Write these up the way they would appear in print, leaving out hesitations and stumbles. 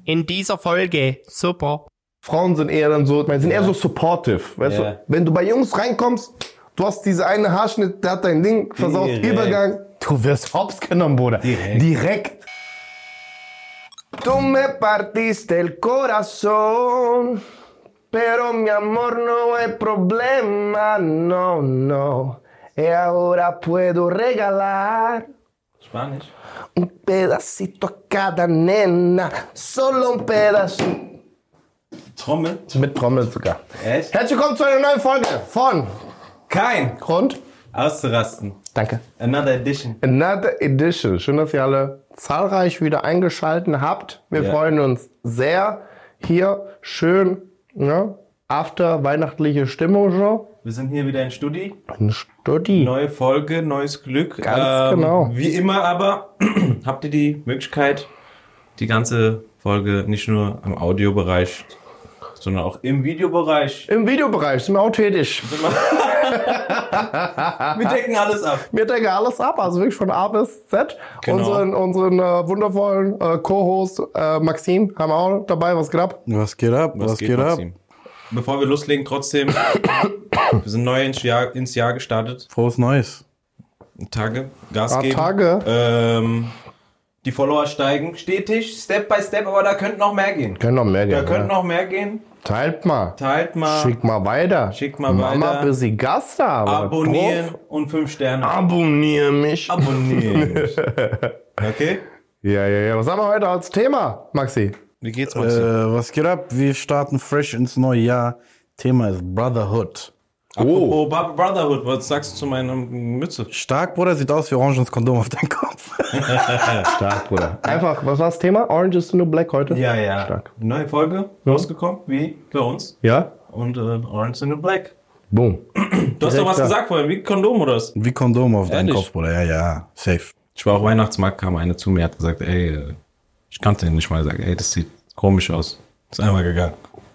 in dieser Folge. Super. Frauen sind eher dann so, sind eher so supportive. Weißt du? Wenn du bei Jungs reinkommst, du hast diese eine Haarschnitt, der hat dein Ding versaut, Übergang. Du wirst hops genommen, Bruder. Direkt. Du me partiste el corazón, pero mi amor no hay problema, no, no. Y ahora puedo regalar Spanisch. un pedacito a cada nena, solo un pedacito. Trommel. Mit Trommel sogar. Echt? Herzlich willkommen zu einer neuen Folge von Kein Grund. Auszurasten. Danke. Another edition. Another Edition. Schön, dass ihr alle zahlreich wieder eingeschaltet habt. Wir freuen uns sehr. Hier schön, ne? After weihnachtliche Stimmung schon. Wir sind hier wieder in Studi. Ein Studi. Neue Folge, neues Glück. Ganz genau. Wie immer aber habt ihr die Möglichkeit, die ganze Folge nicht nur im Audiobereich, sondern auch im Videobereich. Im Videobereich sind wir auch tätig. Wir decken alles ab. Wir decken alles ab, also wirklich von A bis Z. Genau. Unseren wundervollen Co-Host Maxim haben wir auch dabei. Was geht ab? Was geht ab? Was geht ab? Maxim? Bevor wir loslegen, trotzdem, wir sind neu ins Jahr gestartet. Frohes Neues. Gas geben. Tage. Die Follower steigen stetig, Step by Step, aber da könnte noch mehr gehen. Können noch mehr gehen. Da könnte noch mehr gehen. Teilt mal. Schick Mal weiter. Mama, weiter. bis sie Gast haben. Abonnieren und 5 Sterne. Abonniere mich. Abonnieren. Okay? Ja. Was haben wir heute als Thema, Maxi? Wie geht's, Maxi? Was geht ab? Wir starten fresh ins neue Jahr. Thema ist Brotherhood. Apropos Brotherhood, was sagst du zu meiner Mütze? Stark, Bruder, sieht aus wie orangenes Kondom auf deinem Kopf. Stark, Bruder. Einfach, was war das Thema? Orange is the New Black heute? Ja. Stark. Neue Folge rausgekommen, wie bei uns. Ja? Und Orange is the New Black. Boom. Du hast doch was da. gesagt vorhin, wie Kondom oder was? Wie Kondom auf deinem Ehrlich? Kopf, Bruder. Ja. Safe. Ich war auf Weihnachtsmarkt, kam eine zu mir, hat gesagt, ey, ich kannte den nicht mal, sagt, ey, das sieht komisch aus. Ist einmal gegangen.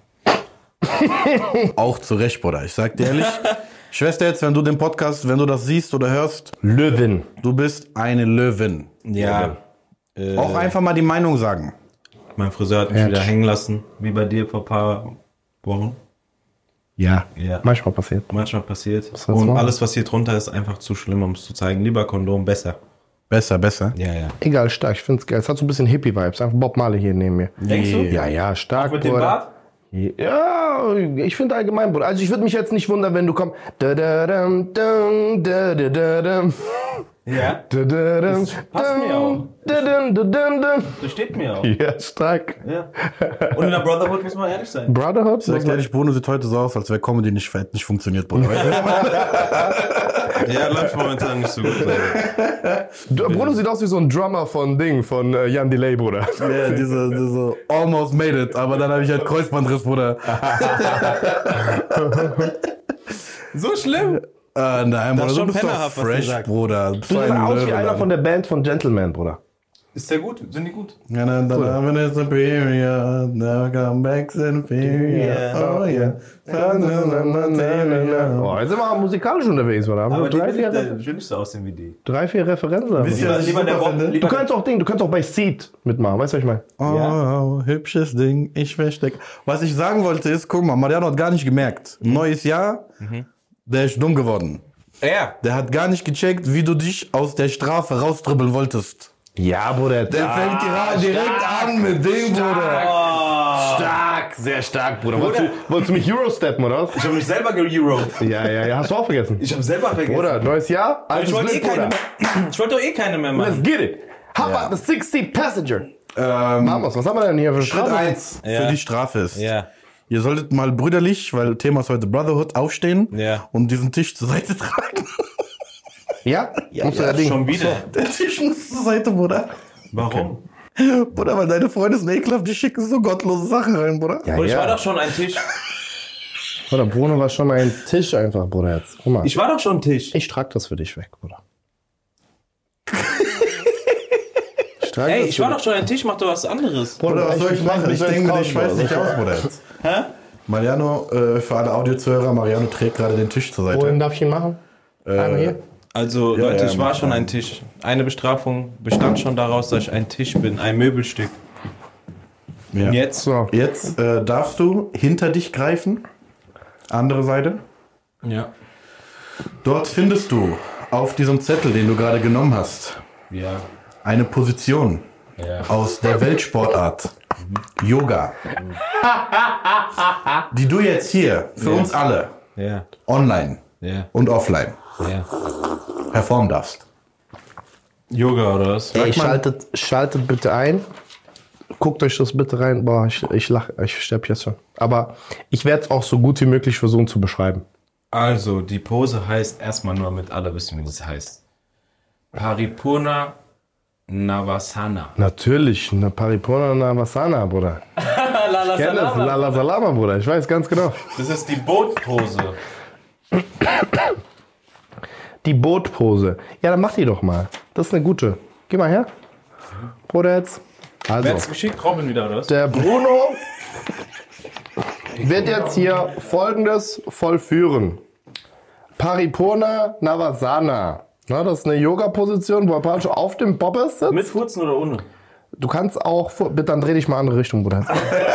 Auch zu Recht, Bruder. Ich sag dir ehrlich, Schwester, jetzt, wenn du den Podcast, wenn du das siehst oder hörst, Löwin. du bist eine Löwin. Ja. Auch einfach mal die Meinung sagen. Mein Friseur hat mich wieder hängen lassen, wie bei dir vor ein paar Wochen. Ja. Ja. Manchmal passiert. Manchmal passiert. soll's Und machen? alles, was hier drunter ist, einfach zu schlimm, um es zu zeigen. Lieber Kondom, besser. Besser. Ja. Egal, stark. Ich find's geil. Es hat so ein bisschen Hippie-Vibes. Einfach Bob Marley hier neben mir. Denkst du? Ja, stark, Auch mit dem Bruder. Bart? Ja, ich finde allgemein, Bruder. Also ich würde mich jetzt nicht wundern, wenn du kommst. Ja. Das passt mir auch. Das Das steht mir auch. Ja, stark. Ja. Und in der Brotherhood muss man ehrlich sein. Brotherhood? Ich sag dir ehrlich, Bruno sieht heute so aus, als wäre Comedy nicht funktioniert, Bruder. Weißt du? Ja, läuft momentan nicht so gut. Bruno sieht aus wie so ein Drummer von Jan Delay, Bruder. Ja, diese almost made it, aber dann habe ich halt Kreuzbandriss, Bruder. So schlimm? Nein, Bruder, ist du schon bist doch pennerhaft, was du fresh, sagst. Bruder. Du siehst aus wie einer von der Band von Gentleman, Bruder. Ist der gut? Sind die gut? Ja, dann haben wir superior, now come back superior, oh yeah. Oh, jetzt sind wir musikalisch unterwegs, oder? Haben Aber wir die will nicht so aussehen wie die. 3-4 Referenzen. Wisst ihr, was ich Lieber der super Bob, finde? lieber Du kannst auch bei Seed mitmachen, weißt du, was ich meine? Oh, hübsches Ding, ich versteck. Was ich sagen wollte ist, guck mal, Mariano hat gar nicht gemerkt. Neues Jahr, der ist dumm geworden. Ja. Der hat gar nicht gecheckt, wie du dich aus der Strafe rausdribbeln wolltest. Ja, Bruder. Der fängt gerade direkt an mit dem, Bruder. Stark, sehr stark, Bruder. Wolltest du mich Eurosteppen, oder was? Ich habe mich selber geeuropt. Ja. Hast du auch vergessen? Ich habe selber vergessen. Bruder, neues Jahr, ich altes wollte Glück, Bruder. ich wollte doch eh keine mehr Let's machen. get it. How about the 6-seat passenger? Vamos, was haben wir denn hier für Schritt Strafe? 1 Ja. für die Strafe ist. Ja. Ihr solltet mal brüderlich, weil Thema ist heute Brotherhood, aufstehen Ja. und diesen Tisch zur Seite tragen. Ja? Musst du ja Ding. Schon wieder. Der Tisch muss zur Seite, Bruder. Warum? Bruder, weil deine Freunde sind ekelhaft, die schicken so gottlose Sachen rein, Bruder. Ja, Und ich war ja. doch schon ein Tisch. Bruder, Bruno war schon mal ein Tisch einfach, Bruder. Jetzt. Guck mal. Ich war doch schon ein Tisch. Ich trage das für dich weg, Bruder. Ey, ich war doch schon ein Tisch, mach doch was anderes. Bruder, was soll ich machen? Ich denke mir, ich weiß nicht aus, Bruder. Jetzt. Hä? Mariano, für alle Audiozuhörer, Mariano trägt gerade den Tisch zur Seite. Wohin darf ich ihn machen? Einmal hier? Also, Ja, Leute, ja, ich war mach schon mal. ein Tisch. Eine Bestrafung bestand schon daraus, dass ich ein Tisch bin, ein Möbelstück. Ja. Und jetzt? So. Jetzt darfst du hinter dich greifen. Andere Seite. Ja. Dort findest du auf diesem Zettel, den du gerade genommen hast, Ja. eine Position Ja. aus der Weltsportart Yoga, die du jetzt hier für uns alle Ja. online Ja. und offline Ja. performen darfst. Yoga oder was? Ey, schaltet bitte ein. Guckt euch das bitte rein. Boah, ich lach, ich sterbe jetzt schon. Aber ich werde es auch so gut wie möglich versuchen zu beschreiben. Also, die Pose heißt erstmal nur, damit alle wissen, wie das heißt. Paripurna Navasana. Natürlich, eine Paripurna Navasana, Bruder. Ich kenne das, Lala Salama, Bruder. Ich weiß ganz genau. Das ist die Bootpose. Die Bootpose. Ja, dann mach die doch mal. Das ist eine gute. Geh mal her. Bruder jetzt. Also, Wer hat's geschickt? Robin wieder, oder was? der Bruno wird jetzt hier Folgendes vollführen. Paripurna Navasana. Na, das ist eine Yoga-Position, wo Apache auf dem Bobbes sitzt. Mit Furzen oder ohne? Du kannst auch, bitte dann dreh dich mal in andere Richtung, Bruder.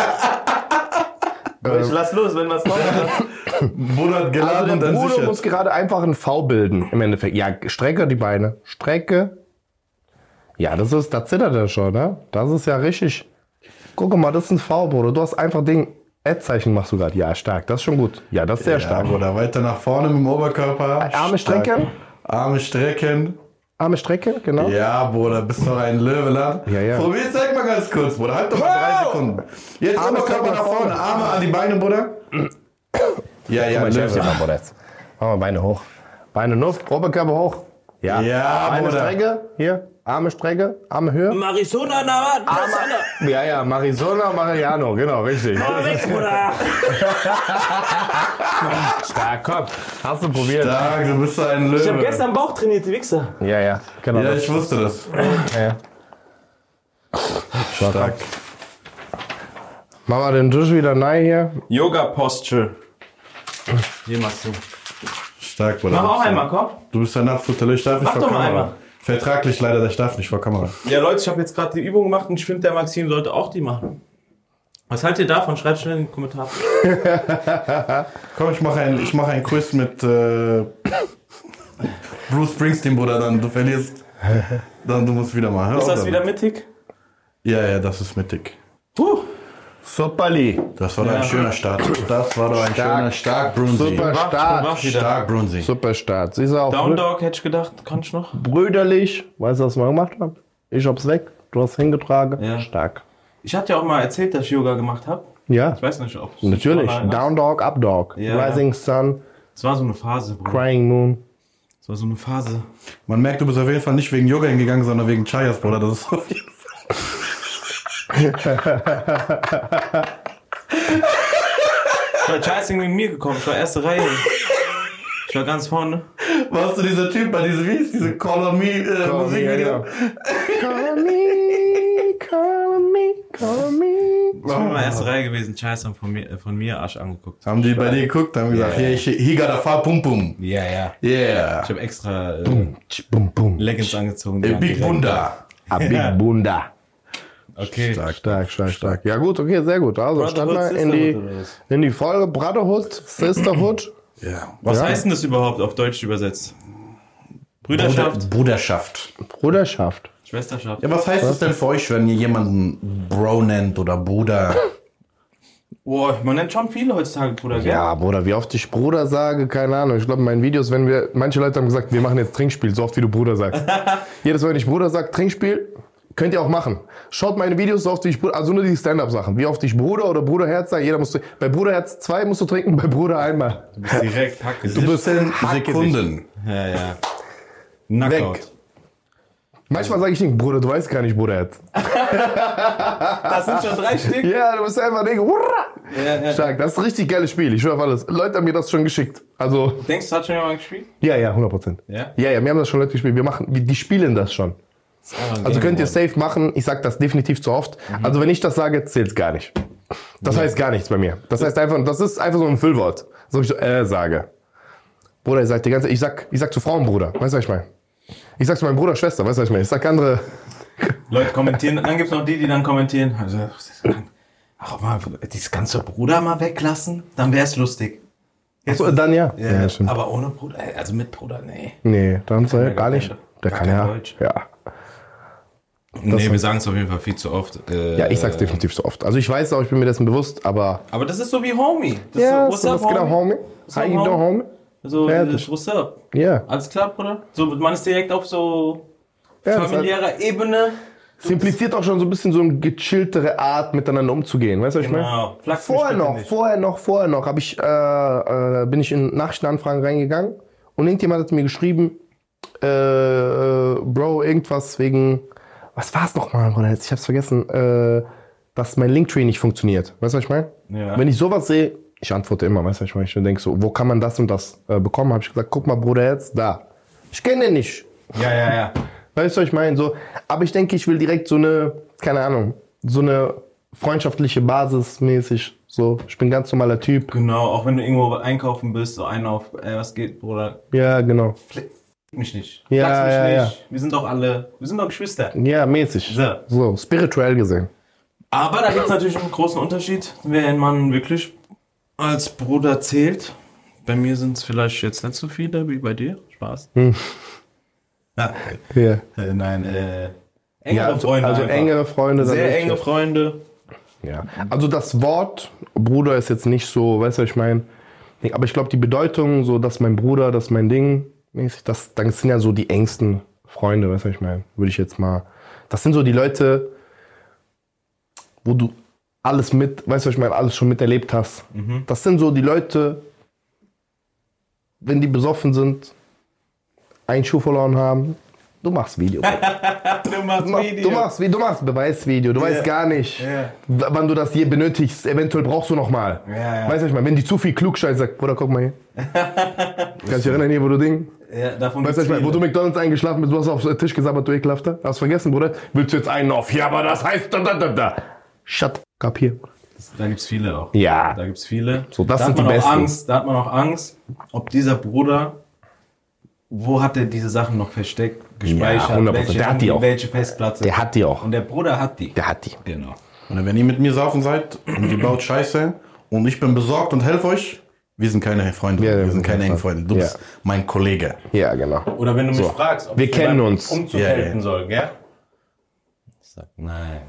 Ich lass los, wenn was kommt. Bruder hat geladen Also und der dann Bruder sichert. muss gerade einfach ein V bilden, im Endeffekt. Ja, strecke die Beine. Strecke. Ja, da zittert er schon, ne? Das ist ja richtig. Guck mal, das ist ein V, Bruder. Du hast einfach Ding. Ad-Zeichen machst du gerade. Ja, stark. Das ist schon gut. Ja, das ist sehr Ja, stark. Bruder, weiter nach vorne mit dem Oberkörper. Arme Stark. strecken. Arme strecken. Arme strecke, genau. Ja, Bruder, bist doch ein Löweland. Ja, ja. Probier, zeig mal ganz kurz, Bruder. Halt doch mal 3 Sekunden. Jetzt Arme Oberkörper nach vorne, Arme an die Beine, Bruder. Ja, ja, Guck mal, Löwe. mal, Bruder, jetzt. Machen wir Beine hoch. Beine nur, Oberkörper hoch. Ja, Ja, Beine Bruder. strecke. Hier, Arme strecke, Arme Höhe. Marisona Navasana. Ja, ja, Marisona Mariano, genau, richtig. Weg, Bruder. Stark, komm. Hast du probiert? Stark, du bist doch ein Löwe. Ich hab gestern Bauch trainiert, die Wichser. Ja, ja, genau. Ja, das. ich wusste das. Ja. Stark. Machen wir den Tisch wieder rein hier. Yoga Posture. Hier machst du. Stark, Bruder. Mach auch einmal, komm. Du bist ein absoluter Löwe. Ich darf nicht Mach vor doch mal Kamera. einmal. Vertraglich leider, ich darf nicht vor Kamera. Ja, Leute, ich habe jetzt gerade die Übung gemacht und ich finde, der Maxim sollte auch die machen. Was haltet ihr davon? Schreibt schnell in die Kommentare. Komm, ich mache ein Quiz mit Bruce Springsteen, Bruder, dann du verlierst. Dann du musst wieder mal. Hör Ist auf das damit. wieder mittig? Ja, ja, das ist mittig. Superli. Das war doch ein schöner Start. Das war doch ein schöner Start, Brunsi. Super Start. Stark, Brunsi. Super Start. Siehst du auch Down Dog hätte ich gedacht, kann ich noch. brüderlich. Weißt du, was wir gemacht haben? Ich hab's weg. Du hast hingetragen. Ja. Stark. Ich hatte ja auch mal erzählt, dass ich Yoga gemacht habe. Ja, Ich weiß nicht, ob natürlich. Down. Down Dog, Up Dog. Ja. Rising Sun, Es war so eine Phase, Bruder. Crying Moon. Es war so eine Phase. Man merkt, du bist auf jeden Fall nicht wegen Yoga hingegangen, sondern wegen Chayas, Bruder. Das ist auf jeden Fall. Ich war Chasing mit mir gekommen, ich war erste Reihe. Ich war ganz vorne. Warst du dieser Typ bei diesem, wie hieß diese Call on Me Musikvideo? Call me, call me, call me. Ich bin mal erste Reihe gewesen, Chais haben von mir Arsch angeguckt. Haben die bei dir geguckt, haben gesagt, Ja. yeah, he got a far pum pum. Ja, ja. Yeah. Ich habe extra Bum, bum. Leggings angezogen. A die big direkt- Bunda. A Big Bunda. Okay. Stark. Ja gut, okay, sehr gut. Also starten wir Sisterhood, in die Folge Brotherhood, Sisterhood. Ja. Was Ja. heißt denn das überhaupt auf Deutsch übersetzt? Brüderschaft? Bruderschaft. Bruderschaft. Schwesterschaft? Ja, was heißt es denn für euch, wenn ihr jemanden Bro nennt oder Bruder? Boah, man nennt schon viele heutzutage Bruder, gell? Ja, Bruder, wie oft ich Bruder sage, keine Ahnung. Ich glaube, in meinen Videos, manche Leute haben gesagt, wir machen jetzt Trinkspiel, so oft wie du Bruder sagst. Jedes Mal, wenn ich Bruder sage, Trinkspiel, könnt ihr auch machen. Schaut meine Videos, so oft wie ich Bruder, also nur die Stand-Up-Sachen. Wie oft ich Bruder oder Bruderherz sage, jeder muss, bei Bruderherz 2 musst du trinken, bei Bruder einmal. Du bist direkt Hacke. Du bist 17 Hackgesicht. Sekunden. Ja, ja. Knockout. Weg. Manchmal sage ich nicht, Bruder, du weißt gar nicht, Bruderherz. Das sind schon 3 Stück. Ja, du bist einfach denken, hurra! Ja. Stark, das ist ein richtig geiles Spiel, ich schwöre auf alles. Leute haben mir das schon geschickt. Also, Denkst du, hat schon jemand gespielt? ja, 100%. Ja? Ja, wir haben das schon Leute gespielt. Die spielen das schon. Das ist einfach ein Also Game könnt ihr geworden. safe machen. Ich sag das definitiv zu oft. Also wenn ich das sage, zählt's gar nicht. Das heißt gar nichts bei mir. Das heißt einfach, das ist einfach so ein Füllwort. So ich so, sage. Bruder, ich sag die ganze, ich sag zu Frauen Bruder. Weißt du, was ich meine? Ich sag zu meinem Bruder Schwester. Weißt du, was ich meine? Ich sag andere. Leute kommentieren, dann gibt's noch die dann kommentieren. Also, Ach mal, dieses ganze Bruder mal weglassen, dann wäre es lustig. Achso, dann ja. Ja, Stimmt. aber ohne Bruder, also mit Bruder, nee. Nee, dann soll ja er gar nicht. Der gar kann kein ja. Deutsch. Ja. Nee, wir sagen es auf jeden Fall viel zu oft. Ja, ich sag's definitiv so oft. Also ich weiß auch, ich bin mir dessen bewusst, aber... Aber das ist so wie Homie. Das Ja, ist so, was geht ab, Homie? What's How up, you doing, homie? So, Fertig. what's up? Ja. Alles klar, Bruder? So, man ist direkt auf so Ja, das familiärer Ebene. Es impliziert auch schon so ein bisschen so eine gechilltere Art, miteinander umzugehen. Weißt du, was ich meine? Genau. Flachs mich Vorher bitte noch habe ich, bin ich in Nachrichtenanfragen reingegangen und irgendjemand hat mir geschrieben, Bro, irgendwas wegen, was war's nochmal, Bruder? Ich hab's vergessen, dass mein Linktree nicht funktioniert. Weißt du, was ich meine? Ja. Wenn ich sowas sehe, ich antworte immer, weißt du, was ich meine? Ich denke so, wo kann man das und das bekommen? Habe ich gesagt, guck mal, Bruder, jetzt da. Ich kenne den nicht. Ja. Weißt du, was ich meine? So, aber ich denke, ich will direkt so eine, keine Ahnung, so eine freundschaftliche Basis mäßig. So, ich bin ein ganz normaler Typ. Genau, auch wenn du irgendwo einkaufen bist, so einer auf, was geht, Bruder? Ja, genau. Flick mich nicht. Ja, Flachs mich ja, nicht. Wir sind doch Geschwister. Ja, mäßig. So. So, spirituell gesehen. Aber da gibt es natürlich einen großen Unterschied, wenn man wirklich als Bruder zählt. Bei mir sind es vielleicht jetzt nicht so viele wie bei dir. Spaß. Ja, Ja. nein, engere Ja, also Freunde. also einfach. engere Freunde. dann Sehr echt, enge Freunde. Ja. Also das Wort Bruder ist jetzt nicht so, weißt du, was ich meine? Aber ich glaube, die Bedeutung, so, dass mein Bruder, das ist mein Ding, mäßig, das sind ja so die engsten Freunde, weißt du, was ich meine? Würde ich jetzt mal. Das sind so die Leute, wo du alles weißt du, was ich meine, alles schon miterlebt hast. Das sind so die Leute, wenn die besoffen sind, einen Schuh verloren haben, du machst Video. Du machst Du machst Beweisvideo. Du weißt gar nicht, wann du das hier benötigst. Eventuell brauchst du noch mal. Ja. Weißt du, ich meine, wenn die zu viel Klugscheiß sagt, Bruder, guck mal hier. Kannst du dich erinnern hier, wo du Ding? Ja, davon Weißt du, ich meine, wo du McDonalds eingeschlafen bist, du hast auf den Tisch gesabbert, du ekelhafter. Hast du vergessen, Bruder? Willst du jetzt einen auf? Ja, aber das heißt da. Shut up hier. Da gibt's viele auch. Ja. Da gibt's viele. So, das da sind hat man die auch Besten. Angst. Da hat man auch Angst, ob dieser Bruder, wo hat er diese Sachen noch versteckt, gespeichert, Ja, 100%. Der hat die auch. welche Festplatte. Der hat die auch. Und der Bruder hat die. Der hat die. Genau. Und wenn ihr mit mir saufen seid und ihr baut Scheiße und ich bin besorgt und helfe euch, wir sind keine Freunde. Ja, wir sind keine engen Freunde. Du bist mein Kollege. Ja, genau. Oder wenn du mich fragst, ob Wir ich kennen jemandem uns. Umzug Ja, helfen ja. soll, gell? Ich sag nein.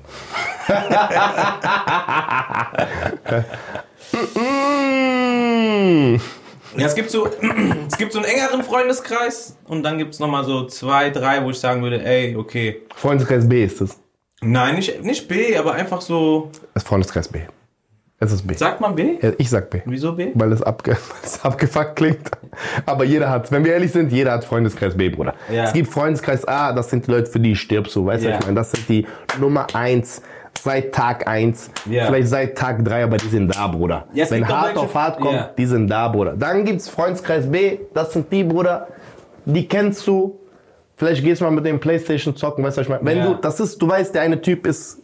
Ja, es gibt so einen engeren Freundeskreis und dann gibt es nochmal so 2, 3, wo ich sagen würde, ey, okay. Freundeskreis B ist es. Nein, nicht B, aber einfach so. Das ist Freundeskreis B. Es ist B. Sagt man B? Ja, ich sag B. Wieso B? Weil es abgefuckt klingt. Aber jeder hat, wenn wir ehrlich sind, jeder hat Freundeskreis B, Bruder. Ja. Es gibt Freundeskreis A, das sind die Leute, für die ich stirb, so, weißt du, Ja. was ich meine? Das sind die Nummer 1, seit Tag 1, Ja. vielleicht seit Tag 3, aber die sind da, Bruder. Ja, es wenn gibt auch hart welche- auf hart kommt, Ja. die sind da, Bruder. Dann gibt's Freundeskreis B, das sind die, Bruder, die kennst du. Vielleicht gehst du mal mit dem Playstation zocken, weißt du, was ich meine? Wenn Ja. du weißt, der eine Typ ist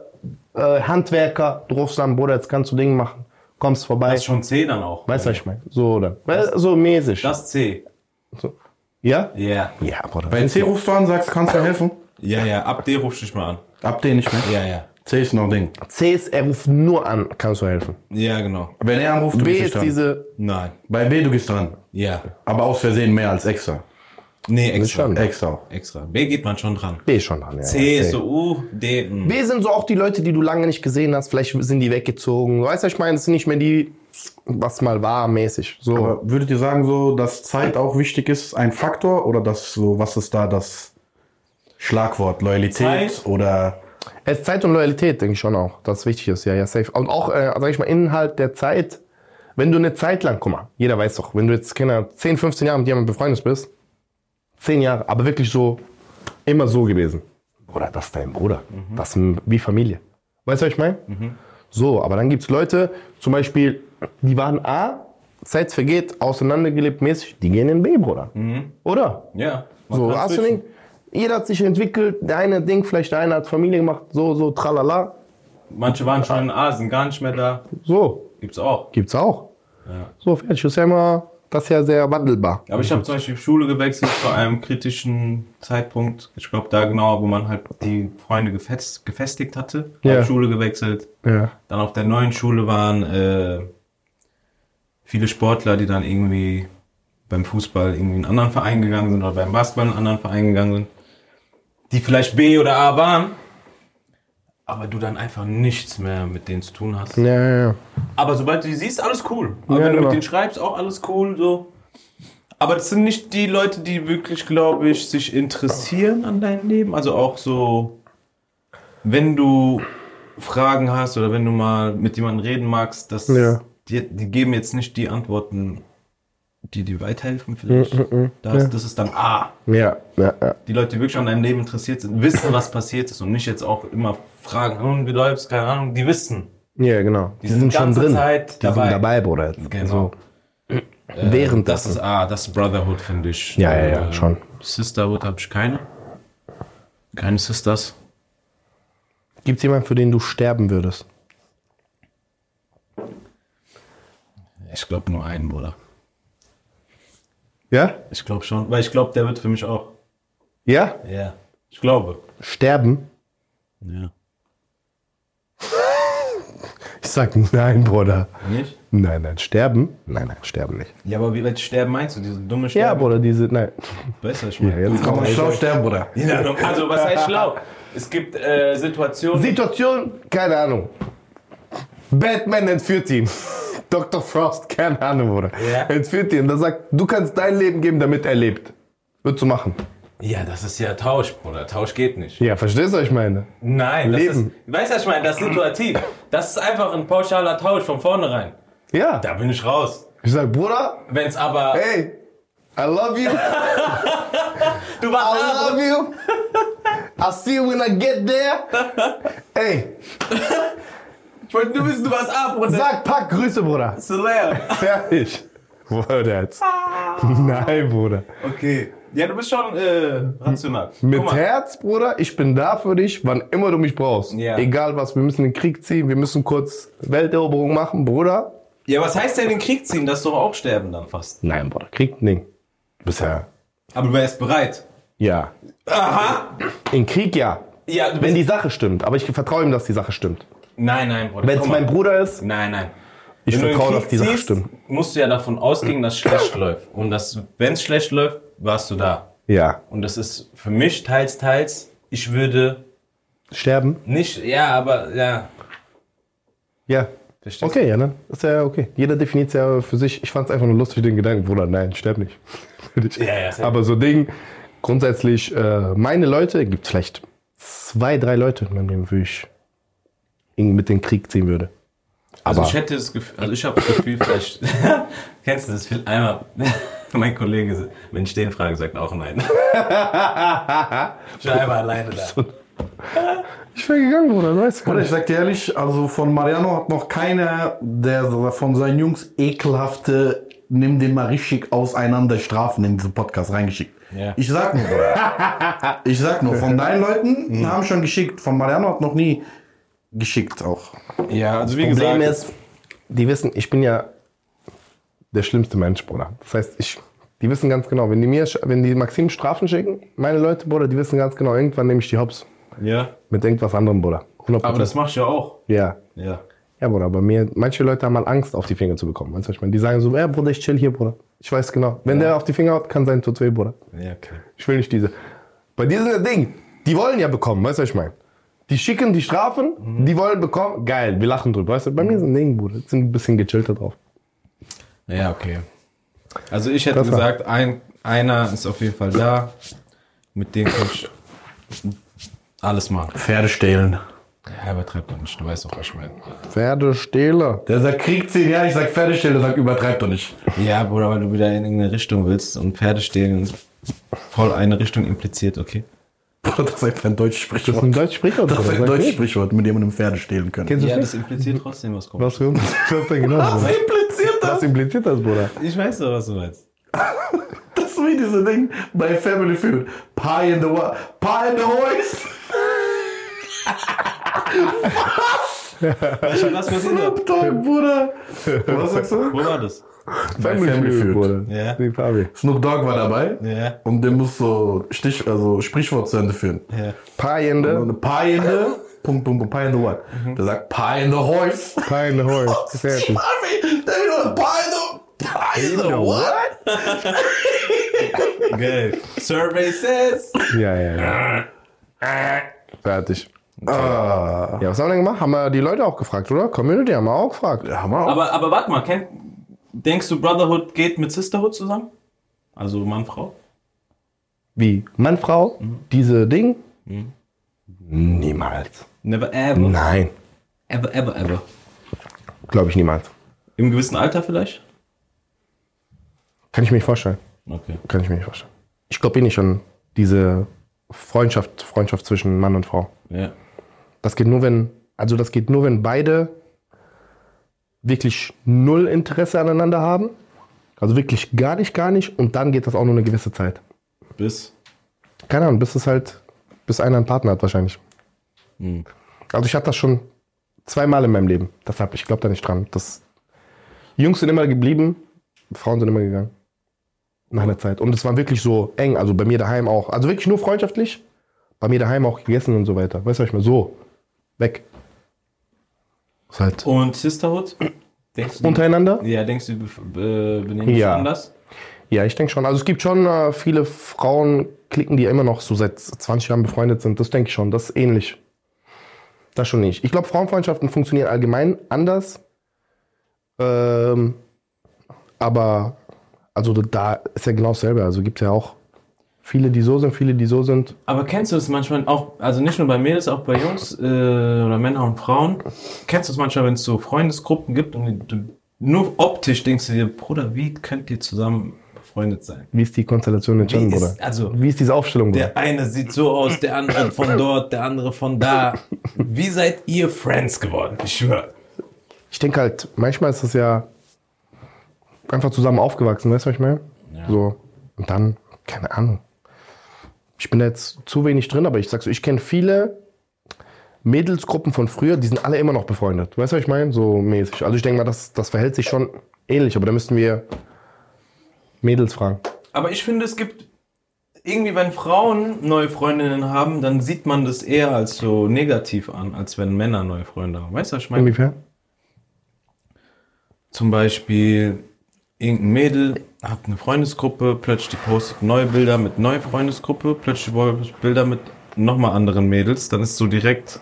Handwerker, du rufst an, Bruder, jetzt kannst du Dinge machen, kommst vorbei. Das ist schon C dann auch. Weißt du, was ich meine? So, dann. So mäßig. Das C. So. Ja? Ja. Ja, Bruder. Bei C rufst du an, sagst, kannst du helfen? Ja, ab D rufst du dich mal an. Ab D nicht mehr. Ja. C ist noch Ding. C ist, er ruft nur an, kannst du helfen. Ja, genau. Wenn er anruft, du B gehst nicht ist dran. diese, Nein. Bei B, du gehst dran. Ja. Aber aus Versehen mehr als extra. Nee, extra. schon. Extra. Extra. B geht man schon dran. B ist schon dran. Ja, C ja, ist so D. B sind so auch die Leute, die du lange nicht gesehen hast. Vielleicht sind die weggezogen. Weißt du, was ich meine? Das sind nicht mehr die, was mal war, mäßig. So. Aber würdet ihr sagen so, dass Zeit auch wichtig ist, ein Faktor? Oder das so, was ist da das Schlagwort? Loyalität Zeit. oder... Es ist Zeit und Loyalität, denke ich schon auch, dass wichtig ist. Ja, safe. Und auch, sag ich mal, innerhalb der Zeit, wenn du eine Zeit lang, guck mal, jeder weiß doch, wenn du jetzt, Kinder, 10, 15 Jahre mit jemandem befreundet bist, 10 Jahre, aber wirklich so, immer so gewesen. Bruder, das ist dein Bruder. Das ist wie Familie. Weißt du, was ich meine? So, aber dann gibt's Leute, zum Beispiel, die waren A, Zeit vergeht, auseinandergelebt mäßig, die gehen in B, Bruder. Oder? Ja. So, hast du nicht? Jeder hat sich entwickelt, der eine Ding, vielleicht der eine hat Familie gemacht, so, tralala. Manche waren schon in A, sind gar nicht mehr da. So, Gibt's auch. gibt's auch. Ja. So, fertig. Ist ja immer das ist ja sehr wandelbar. Aber ich habe zum Beispiel Schule gewechselt zu einem kritischen Zeitpunkt. Ich glaube, da genau, wo man halt die Freunde gefestigt hatte. Ja. Hab Schule gewechselt. Ja. Dann auf der neuen Schule waren viele Sportler, die dann irgendwie beim Fußball irgendwie in einen anderen Verein gegangen sind oder beim Basketball in einen anderen Verein gegangen sind, die vielleicht B oder A waren, aber du dann einfach nichts mehr mit denen zu tun hast. Ja. Aber sobald du die siehst, alles cool. Aber Ja, wenn du genau. mit denen schreibst, auch alles cool, so. Aber das sind nicht die Leute, die wirklich, glaube ich, sich interessieren an deinem Leben. Also auch so, wenn du Fragen hast oder wenn du mal mit jemandem reden magst, die geben jetzt nicht die Antworten, die dir weiterhelfen vielleicht. Das ist dann Ja. die Leute, die wirklich an deinem Leben interessiert sind, wissen, was passiert ist und nicht jetzt auch immer fragen, wie läuft's, keine Ahnung, die wissen. Ja, genau. Die sind schon ganze drin. Zeit Die sind dabei, Bruder. Genau. So. Während Das ist Brotherhood, finde ich. Ja, schon. Sisterhood habe ich keine. Keine Sisters. Gibt's jemanden, für den du sterben würdest? Ich glaube nur einen, Bruder. Ja? Ich glaube schon. Weil ich glaube, der wird für mich auch. Ja? Ja. Ich glaube. Sterben? Ja. Ich sag nein, Bruder. Nicht? Nein, sterben? Nein, sterben nicht. Ja, aber wie welches Sterben meinst du? Diese dumme Ja, Sterben? Bruder, nein. Weißt du, was ich Ja, meine? jetzt Kann man schlau sterben, Bruder. Ja, also, was heißt schlau? Es gibt Situationen. Situation, keine Ahnung. Batman entführt ihn. Dr. Frost, keine Ahnung, Bruder. Ja. Entführt ihn. Da sagt, du kannst dein Leben geben, damit er lebt. Würdest du machen? Ja, das ist ja Tausch, Bruder. Tausch geht nicht. Ja, verstehst du, was ich meine? Nein, das Leben. ist. Weißt du, was ich meine? Das ist situativ. Das ist einfach ein pauschaler Tausch von vornherein. Ja. Da bin ich raus. Ich sag, Bruder, Wenn's aber. hey, I love you. Du warst I love you. I'll see you when I get there. Ey, Ich wollte nur wissen, du warst ab, Bruder. sag Pack, Grüße, Bruder. Bist du leer? Fertig. Bruder jetzt. Nein, Bruder. Okay. Ja, du bist schon rational. Mit Guck mal. Herz, Bruder, ich bin da für dich, wann immer du mich brauchst. Ja. Egal was, wir müssen den Krieg ziehen, wir müssen kurz Welteroberung machen, Bruder. Ja, was heißt denn den Krieg ziehen? Das ist doch auch sterben dann fast. Nein, Bruder, Krieg, nee. Du bist ja, Aber du wärst bereit. ja. Aha. In Krieg, ja. Ja, du Wenn bist. die Sache stimmt, aber ich vertraue ihm, dass die Sache stimmt. Nein, Bruder. Wenn es Guck mal. mein Bruder ist, Nein. ich Wenn du den vertraue, Krieg dass die Sache ziehst, stimmt. musst du ja davon ausgehen, dass es schlecht läuft. Und wenn es schlecht läuft, warst du da. Ja. Und das ist für mich teils. Ich würde Sterben? nicht, ja, aber ja. Ja. Verstehst du? Okay, ja, ne? Das ist ja okay. Jeder definiert es ja für sich. Ich fand es einfach nur lustig, den Gedanken, Bruder, nein, sterb nicht. Ja, sehr Aber so Ding, grundsätzlich, meine Leute, gibt es vielleicht 2, 3 Leute, mit denen ich mit den Krieg ziehen würde. Also Aber ich hätte das Gefühl, also ich habe das Gefühl, vielleicht, kennst du das viel einmal, mein Kollege, wenn ich den frage, sagt auch nein. Ich bin einmal alleine da. ich wäre gegangen, Bruder, du weißt gar Oder ich nicht. sag dir ehrlich, also von Mariano hat noch keiner, der von seinen Jungs ekelhafte, nimm den mal richtig auseinander Strafen in diesen Podcast reingeschickt. Ja. Ich sag nur, Bruder. Ich sag nur, von deinen Leuten haben schon geschickt, von Mariano hat noch nie geschickt auch. Ja, also wie Problem gesagt, ist, die wissen, ich bin ja der schlimmste Mensch, Bruder. Das heißt, die wissen ganz genau, wenn die Maxim Strafen schicken, meine Leute, Bruder, die wissen ganz genau, irgendwann nehme ich die Hops. ja, Mit irgendwas anderem, Bruder. 100%. aber das machst du ja auch. Ja. Ja. Ja, Bruder, aber manche Leute haben mal Angst, auf die Finger zu bekommen. Weißt du, was ich meine? Die sagen so, Bruder, ich chill hier, Bruder. Ich weiß genau. Wenn der auf die Finger haut, kann sein, tut weh, Bruder. Ja, okay. Ich will nicht diese. Bei dir ist das Ding, die wollen ja bekommen, weißt du, was ich meine? Die schicken die Strafen, die wollen bekommen, geil, wir lachen drüber, weißt du? Bei mir ist ein Ding, Bruder, die sind ein bisschen gechillter drauf. Ja, okay. Also ich hätte Das war- gesagt, einer ist auf jeden Fall da, mit dem kann ich alles machen. Pferde stehlen. Ja, übertreib doch nicht, du weißt doch, was ich meine. Pferdestehler. Der sagt Krieg ziehen, ja, ich sag Pferde stehlen, der sagt übertreib doch nicht. Ja, Bruder, weil du wieder in irgendeine Richtung willst und Pferde stehlen voll eine Richtung impliziert, okay? Bruder, das ist einfach ein deutsches Das ist Sprichwort. ein deutsches Sprichwort, Das ist Bruder. ein Sag deutsches nicht. Sprichwort, mit dem man Pferde stehlen kann. Kennst du Ja, das das impliziert trotzdem was kommt. Was für uns? Was denn genau? Bruder? impliziert Was impliziert das, Bruder? Ich weiß doch, was du meinst. Das ist wie diese Ding bei Family Feud. Pie in the Hoist. Was passiert da? Talk, Bruder. Was sagst du? Wo war das? Family Feud, Bruder. Ja. Die Fabi. Snoop Dogg war dabei. Ja. Und der muss so Sprichwort zu Ende führen. Ja. Pie-Ende. Eine Pie in the... Punkt, Pie in the what? Der sagt Pie in the Horse. Pie in the Horse. Fertig. Pie in the what? Geil. Survey says. Ja. Fertig. Ja, was haben wir denn gemacht? Haben wir die Leute auch gefragt, oder? Community haben wir auch gefragt. Ja, haben wir auch. Aber warte mal, denkst du, Brotherhood geht mit Sisterhood zusammen? Also Mann, Frau? Wie? Mann, Frau? Diese Ding? Niemals. Never ever. Nein. Ever. Glaube ich niemals. Im gewissen Alter vielleicht? Kann ich mir nicht vorstellen. Okay. Kann ich mir nicht vorstellen. Ich glaube eh nicht an diese Freundschaft zwischen Mann und Frau. Ja. Das geht nur, wenn beide wirklich null Interesse aneinander haben. Also wirklich gar nicht. Und dann geht das auch nur eine gewisse Zeit. Keine Ahnung, bis einer einen Partner hat wahrscheinlich. Also ich hatte das schon 2 Mal in meinem Leben. Deshalb, ich glaube da nicht dran. Jungs sind immer geblieben, Frauen sind immer gegangen. Nach einer Zeit. Und es war wirklich so eng, also bei mir daheim auch. Also wirklich nur freundschaftlich. Bei mir daheim auch gegessen und so weiter. Weißt du, was ich meine? So. Weg. Ist halt Und Sisterhood? Denkst du, untereinander? Ja, denkst du, benehmen sich Ja. anders? Ja, ich denke schon. Also es gibt schon viele Frauenklicken, die immer noch so seit 20 Jahren befreundet sind. Das denke ich schon. Das ist ähnlich. Das schon nicht. Ich glaube, Frauenfreundschaften funktionieren allgemein anders. Aber also da ist ja genau dasselbe. Also gibt es ja auch viele, die so sind, viele, die so sind. Aber kennst du das manchmal auch, also nicht nur bei Mädels, auch bei Jungs oder Männer und Frauen? Kennst du das manchmal, wenn es so Freundesgruppen gibt und du nur optisch denkst du dir, Bruder, wie könnt ihr zusammen befreundet sein? Wie ist die Konstellation entstanden, Bruder? Wie ist diese Aufstellung, Bruder? Der eine sieht so aus, der andere von dort, der andere von da. Wie seid ihr Friends geworden? Ich schwöre. Ich denke halt, manchmal ist es ja einfach zusammen aufgewachsen, weißt du, was ich meine? Ja. So. Und dann, keine Ahnung. Ich bin da jetzt zu wenig drin, aber ich sag so, ich kenne viele Mädelsgruppen von früher, die sind alle immer noch befreundet. Weißt du, was ich meine? So mäßig. Also ich denke mal, das verhält sich schon ähnlich, aber da müssten wir Mädels fragen. Aber ich finde, es gibt irgendwie, wenn Frauen neue Freundinnen haben, dann sieht man das eher als so negativ an, als wenn Männer neue Freunde haben. Weißt du, was ich meine? Inwiefern? Zum Beispiel, irgendein Mädel hat eine Freundesgruppe, plötzlich die postet neue Bilder mit neuer Freundesgruppe, plötzlich Bilder mit nochmal anderen Mädels, dann ist so direkt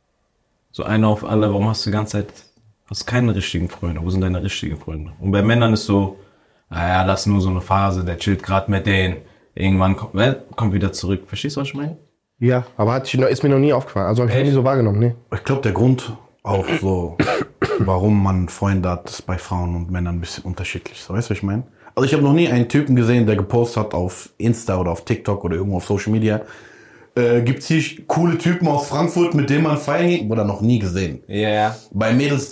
so einer auf alle, warum hast du die ganze Zeit, hast keine richtigen Freunde, wo sind deine richtigen Freunde? Und bei Männern ist so, naja, das ist nur so eine Phase, der chillt gerade mit denen, irgendwann kommt wieder zurück. Verstehst du, was ich meine? Ja, aber ist mir noch nie aufgefallen. Also habe ich noch nie so wahrgenommen, nee. Ich glaube, der Grund auch so, warum man Freunde hat, ist bei Frauen und Männern ein bisschen unterschiedlich. So, weißt du, was ich meine? Also ich habe noch nie einen Typen gesehen, der gepostet hat auf Insta oder auf TikTok oder irgendwo auf Social Media. Gibt's hier coole Typen aus Frankfurt, mit denen man feiern geht? Oder noch nie gesehen. Ja. Yeah. Bei Mädels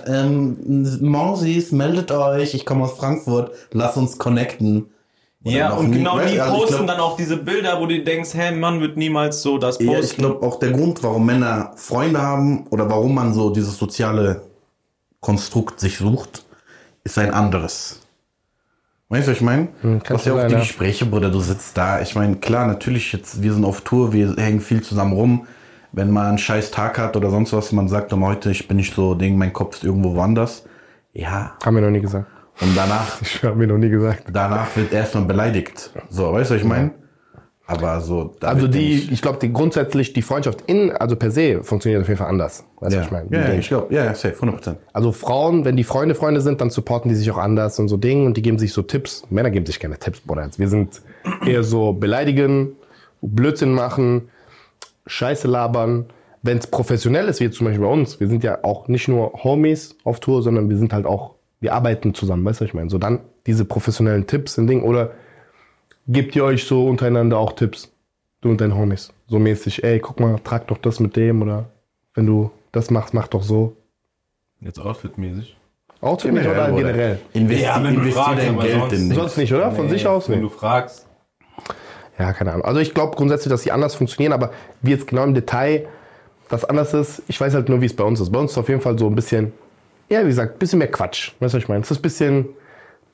300, Mausis, meldet euch, ich komme aus Frankfurt, lass uns connecten. Oder Ja, und genau die also posten dann auch diese Bilder, wo du denkst, hä, Mann wird niemals so das posten. Ja, ich glaube auch der Grund, warum Männer Freunde haben oder warum man so dieses soziale Konstrukt sich sucht, ist ein anderes. Weißt du, was ich meine? Was ja auch die Gespräche, Bruder, du sitzt da. Ich meine, klar, natürlich jetzt, wir sind auf Tour, wir hängen viel zusammen rum. Wenn man einen scheiß Tag hat oder sonst was, man sagt dann heute, ich bin nicht so, mein Kopf ist irgendwo woanders. Ja. Haben wir noch nie gesagt. Und danach. Ich habe mir noch nie gesagt. Danach wird erstmal beleidigt. So, weißt du, was ich meine? Aber so. Also ich glaube, grundsätzlich die Freundschaft also per se funktioniert auf jeden Fall anders. Weißt du, was ich meine? Ja, ich glaube, ja, safe, 100%. Also Frauen, wenn die Freunde sind, dann supporten die sich auch anders und so Dinge und die geben sich so Tipps. Männer geben sich keine Tipps, Bruder. Wir sind eher so beleidigen, Blödsinn machen, Scheiße labern. Wenn es professionell ist, wie zum Beispiel bei uns, wir sind ja auch nicht nur Homies auf Tour, sondern wir sind halt auch, wir arbeiten zusammen, weißt du, was ich meine? So dann diese professionellen Tipps und Dinge oder gebt ihr euch so untereinander auch Tipps, du und deine Homies, so mäßig, ey, guck mal, trag doch das mit dem oder wenn du das machst, mach doch so. Jetzt outfitmäßig. Outfitmäßig oder generell? Investiert dein Geld in Sonst nicht, oder? Von sich aus Wenn nicht. du fragst. Ja, keine Ahnung. Also ich glaube grundsätzlich, dass die anders funktionieren, aber wie jetzt genau im Detail das anders ist, ich weiß halt nur, wie es bei uns ist. Bei uns ist auf jeden Fall so ein bisschen, ja, wie gesagt, ein bisschen mehr Quatsch. Weißt du, was ich meine? Es ist ein bisschen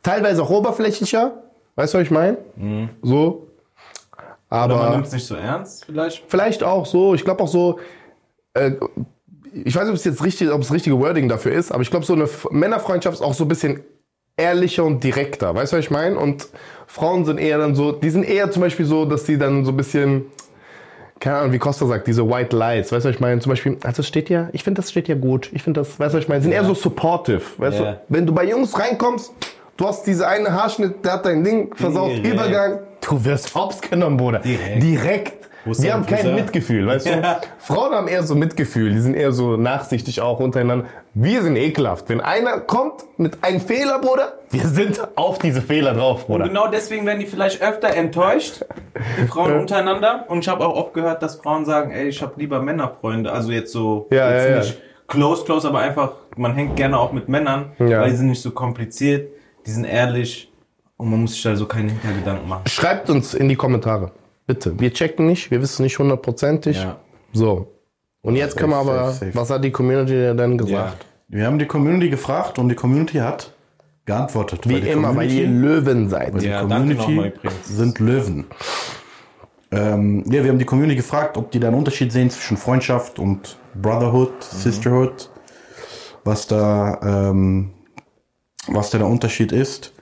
teilweise auch oberflächlicher. Weißt du, was ich meine? So. Aber Oder man nimmt es nicht so ernst, vielleicht? Vielleicht auch so. Ich glaube auch so, ich weiß nicht, ob es jetzt richtig, ob das richtige Wording dafür ist, aber ich glaube, so eine Männerfreundschaft ist auch so ein bisschen ehrlicher und direkter. Weißt du, was ich meine? Und Frauen sind eher dann so, die sind eher zum Beispiel so, dass die dann so ein bisschen, keine Ahnung, wie Costa sagt, diese White Lies. Weißt du, was ich meine? Zum Beispiel, also steht ja, ich finde, das steht ja gut. Ich finde das, weißt du, was ich meine? Sind eher so supportive. Weißt du? Wenn du bei Jungs reinkommst, du hast diese eine Haarschnitt, der hat dein Ding versaut, Übergang. Du wirst hops genommen, Bruder. Direkt. Wir haben kein Mitgefühl, weißt du? Frauen haben eher so Mitgefühl, die sind eher so nachsichtig auch untereinander. Wir sind ekelhaft. Wenn einer kommt mit einem Fehler, Bruder, wir sind auf diese Fehler drauf, Bruder. Und genau deswegen werden die vielleicht öfter enttäuscht, die Frauen untereinander. Und ich habe auch oft gehört, dass Frauen sagen, ey, ich habe lieber Männerfreunde. Also jetzt so, nicht close, aber einfach, man hängt gerne auch mit Männern, weil die sind nicht so kompliziert, die sind ehrlich und man muss sich da so keine Hintergedanken machen. Schreibt uns in die Kommentare. Bitte. Wir checken nicht, wir wissen nicht 100%. Ja. So. Und jetzt können wir aber, was hat die Community denn gesagt? Ja. Wir haben die Community gefragt und die Community hat geantwortet. Wie immer, weil ihr Löwen seid. Weil die Community sind Löwen. Wir haben die Community gefragt, ob die da einen Unterschied sehen zwischen Freundschaft und Brotherhood, Sisterhood. Was da der Unterschied ist.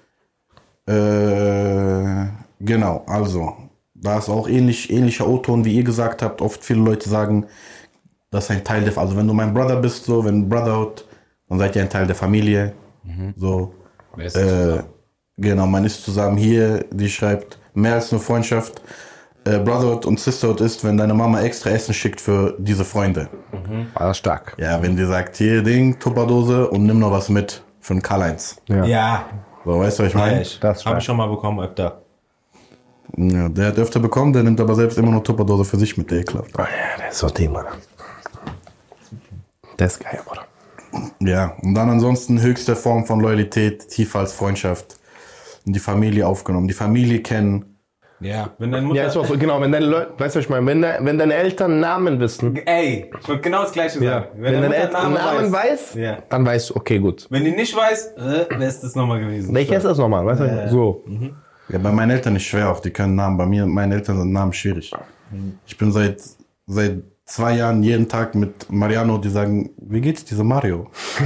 Genau, also da ist auch ähnlicher O-Ton, wie ihr gesagt habt. Oft viele Leute sagen, das ist ein Teil der, also wenn du mein Brother bist, so, wenn Brotherhood, dann seid ihr ein Teil der Familie. So, genau, man ist zusammen hier, die schreibt, mehr als nur Freundschaft. Brotherhood und Sisterhood ist, wenn deine Mama extra Essen schickt für diese Freunde. Ah, stark. Ja, wenn die sagt, hier Ding, Tupperdose und nimm noch was mit für einen Karl-Heinz. Ja. So, weißt du, was ich meine? Das habe ich schon mal bekommen öfter. Ja, der hat öfter bekommen, der nimmt aber selbst immer noch Tupperdose für sich mit, der ekelhaft. Oh ja, der ist so Ding, Mann. Der ist geil, Bruder. Ja, und dann ansonsten höchste Form von Loyalität, tiefer als Freundschaft. Und die Familie aufgenommen, die Familie kennen. Ja, wenn deine Mutter... Ja, ist auch so, genau, wenn deine Leute, weißt du, was ich meine, wenn deine Eltern Namen wissen. Ey, ich wollte genau das Gleiche sagen. Ja. Wenn deine Eltern Namen weiß, dann weißt du, okay, gut. Wenn die nicht weiß, wer ist das nochmal gewesen? Welcher ist das nochmal, weißt du? So. Ja, bei meinen Eltern ist schwer auch, die können Namen. Bei mir, meine Eltern sind Namen schwierig. Ich bin seit 2 Jahren jeden Tag mit Mariano, die sagen, wie geht's dieser Mario?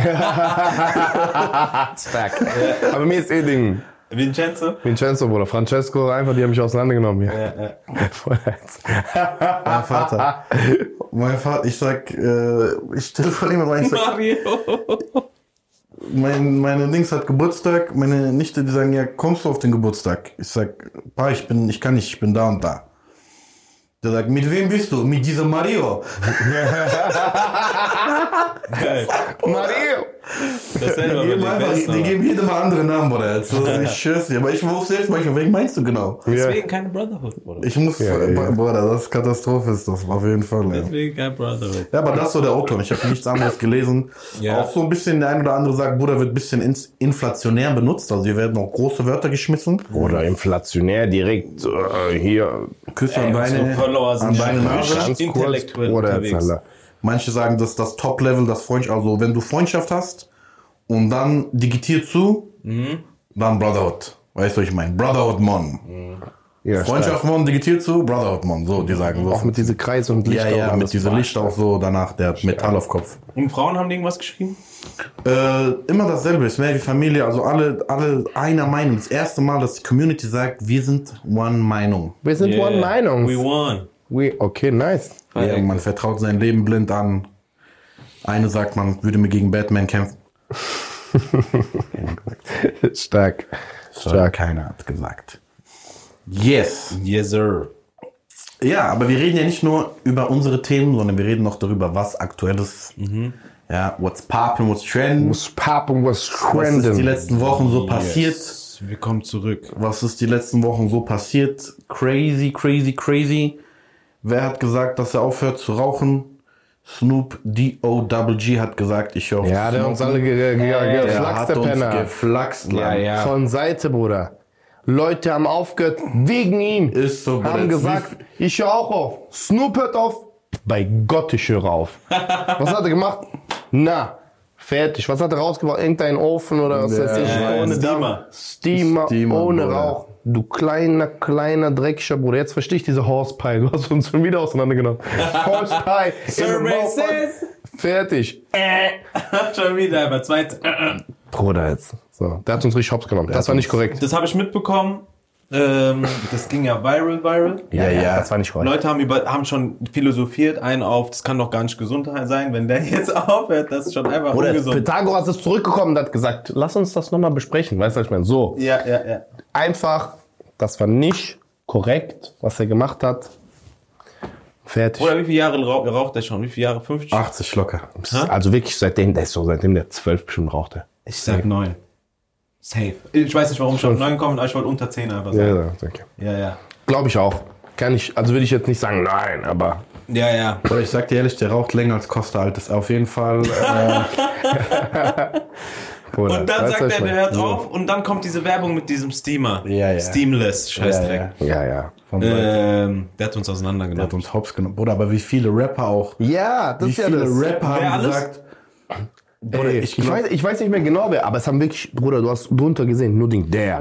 Stark. Aber mir ist Ding. Vincenzo, Bruder. Francesco, einfach, die haben mich auseinandergenommen hier. Mein Vater, ich sag, ich telefoniere mit meinem Mario. Meine Dings hat Geburtstag, meine Nichte, die sagen, ja, kommst du auf den Geburtstag? Ich sag, Pa, ich kann nicht, ich bin da und da. Der sagt, mit wem bist du? Mit diesem Mario. Mario! Die geben jedem mal andere Namen, Bruder. Also, ich schwör's dir. Aber ich wusste selbst manchmal, wen meinst du genau? Deswegen keine Brotherhood, Bruder. Ich muss, Bruder, das ist Katastrophe, ist das auf jeden Fall. Deswegen kein Brotherhood. Ja, aber das ist so der Autor. Ich habe nichts anderes gelesen. Ja. Auch so ein bisschen, der ein oder andere sagt, Bruder, wird ein bisschen inflationär benutzt. Also hier werden auch große Wörter geschmissen. Oder inflationär direkt hier. Küsse an Beine. An deine Nase, intellektuell unterwegs. Manche sagen, das ist das Top-Level, das Freundschaft. Also wenn du Freundschaft hast und dann digitiert zu, dann Brotherhood. Weißt du, was ich meine? Brotherhood Mon. Ja, Freundschaft Mon digitiert zu, Brotherhood Mon. So, die sagen so. Auch mit diese Kreis und Lichter. Ja, mit dieser Licht auch so danach, der Metall auf Kopf. Und Frauen haben irgendwas geschrieben? Immer dasselbe, ist mehr wie Familie, also alle einer Meinung. Das erste Mal, dass die Community sagt, wir sind one Meinung. Wir sind one Meinung. We won. Okay, nice. Ja, man vertraut sein Leben blind an. Eine sagt, man würde mir gegen Batman kämpfen. Stark. Keiner hat gesagt. Yes, sir. Ja, aber wir reden ja nicht nur über unsere Themen, sondern wir reden noch darüber, was aktuell ist. Ja, what's poppin', what's trending. What's poppin', what's trending. Was ist die letzten Wochen so passiert? Wir kommen zurück. Was ist die letzten Wochen so passiert? Crazy. Wer hat gesagt, dass er aufhört zu rauchen? Snoop D-O-G hat gesagt, ich höre auf. Ja, der hat uns alle geflaxt, der Penner. Geflaxt, ja. Von Seite, Bruder. Leute haben aufgehört wegen ihm. Ist so, haben gesagt, ich höre auch auf. Snoop hört auf. Bei Gott, ich höre auf. Was hat er gemacht? Fertig. Was hat er rausgebracht? Irgendein Ofen oder was weiß ich? Ohne Steamer, ohne Bruder. Rauch. Du kleiner dreckiger Bruder. Jetzt verstehe ich diese Horse Pie. Du hast uns schon wieder auseinandergenommen. Horse Pie. Services. Fertig. Schon wieder, aber zweit. Bruder jetzt. So, der hat uns richtig hops genommen. Das war nicht korrekt. Das habe ich mitbekommen. Das ging ja viral. Ja, das war nicht korrekt. Leute haben schon philosophiert, das kann doch gar nicht gesund sein, wenn der jetzt aufhört, das ist schon einfach Oder ungesund. Pythagoras ist zurückgekommen und hat gesagt, lass uns das nochmal besprechen. Weißt du, was ich meine? So. Ja. Einfach, das war nicht korrekt, was er gemacht hat. Fertig. Oder wie viele Jahre raucht der schon? Wie viele Jahre? 50? 80 locker. Also wirklich seitdem der 12 bestimmt rauchte. Ich sag 9. Safe. Ich weiß nicht, warum ich auf 9 komme, aber ich wollte unter 10 einfach sagen. Ja, danke. Ja. Glaube ich auch. Also würde ich jetzt nicht sagen, nein, aber. Ja. Oder ich sag dir ehrlich, der raucht länger als Costa Altes. Auf jeden Fall. Bruder, Und dann weißt sagt du, der hört auf und dann kommt diese Werbung mit diesem Steamer. Ja. Steamless, Scheißdreck. Ja. Der hat uns Der auseinandergenommen. hat uns hops genommen. Bruder, aber wie viele Rapper auch. Ja, das Wie ist ja viele das. Rapper Wer haben alles? gesagt. Ey, ich weiß nicht mehr genau wer, aber es haben wirklich, Bruder, du hast drunter gesehen, nur Ding, der.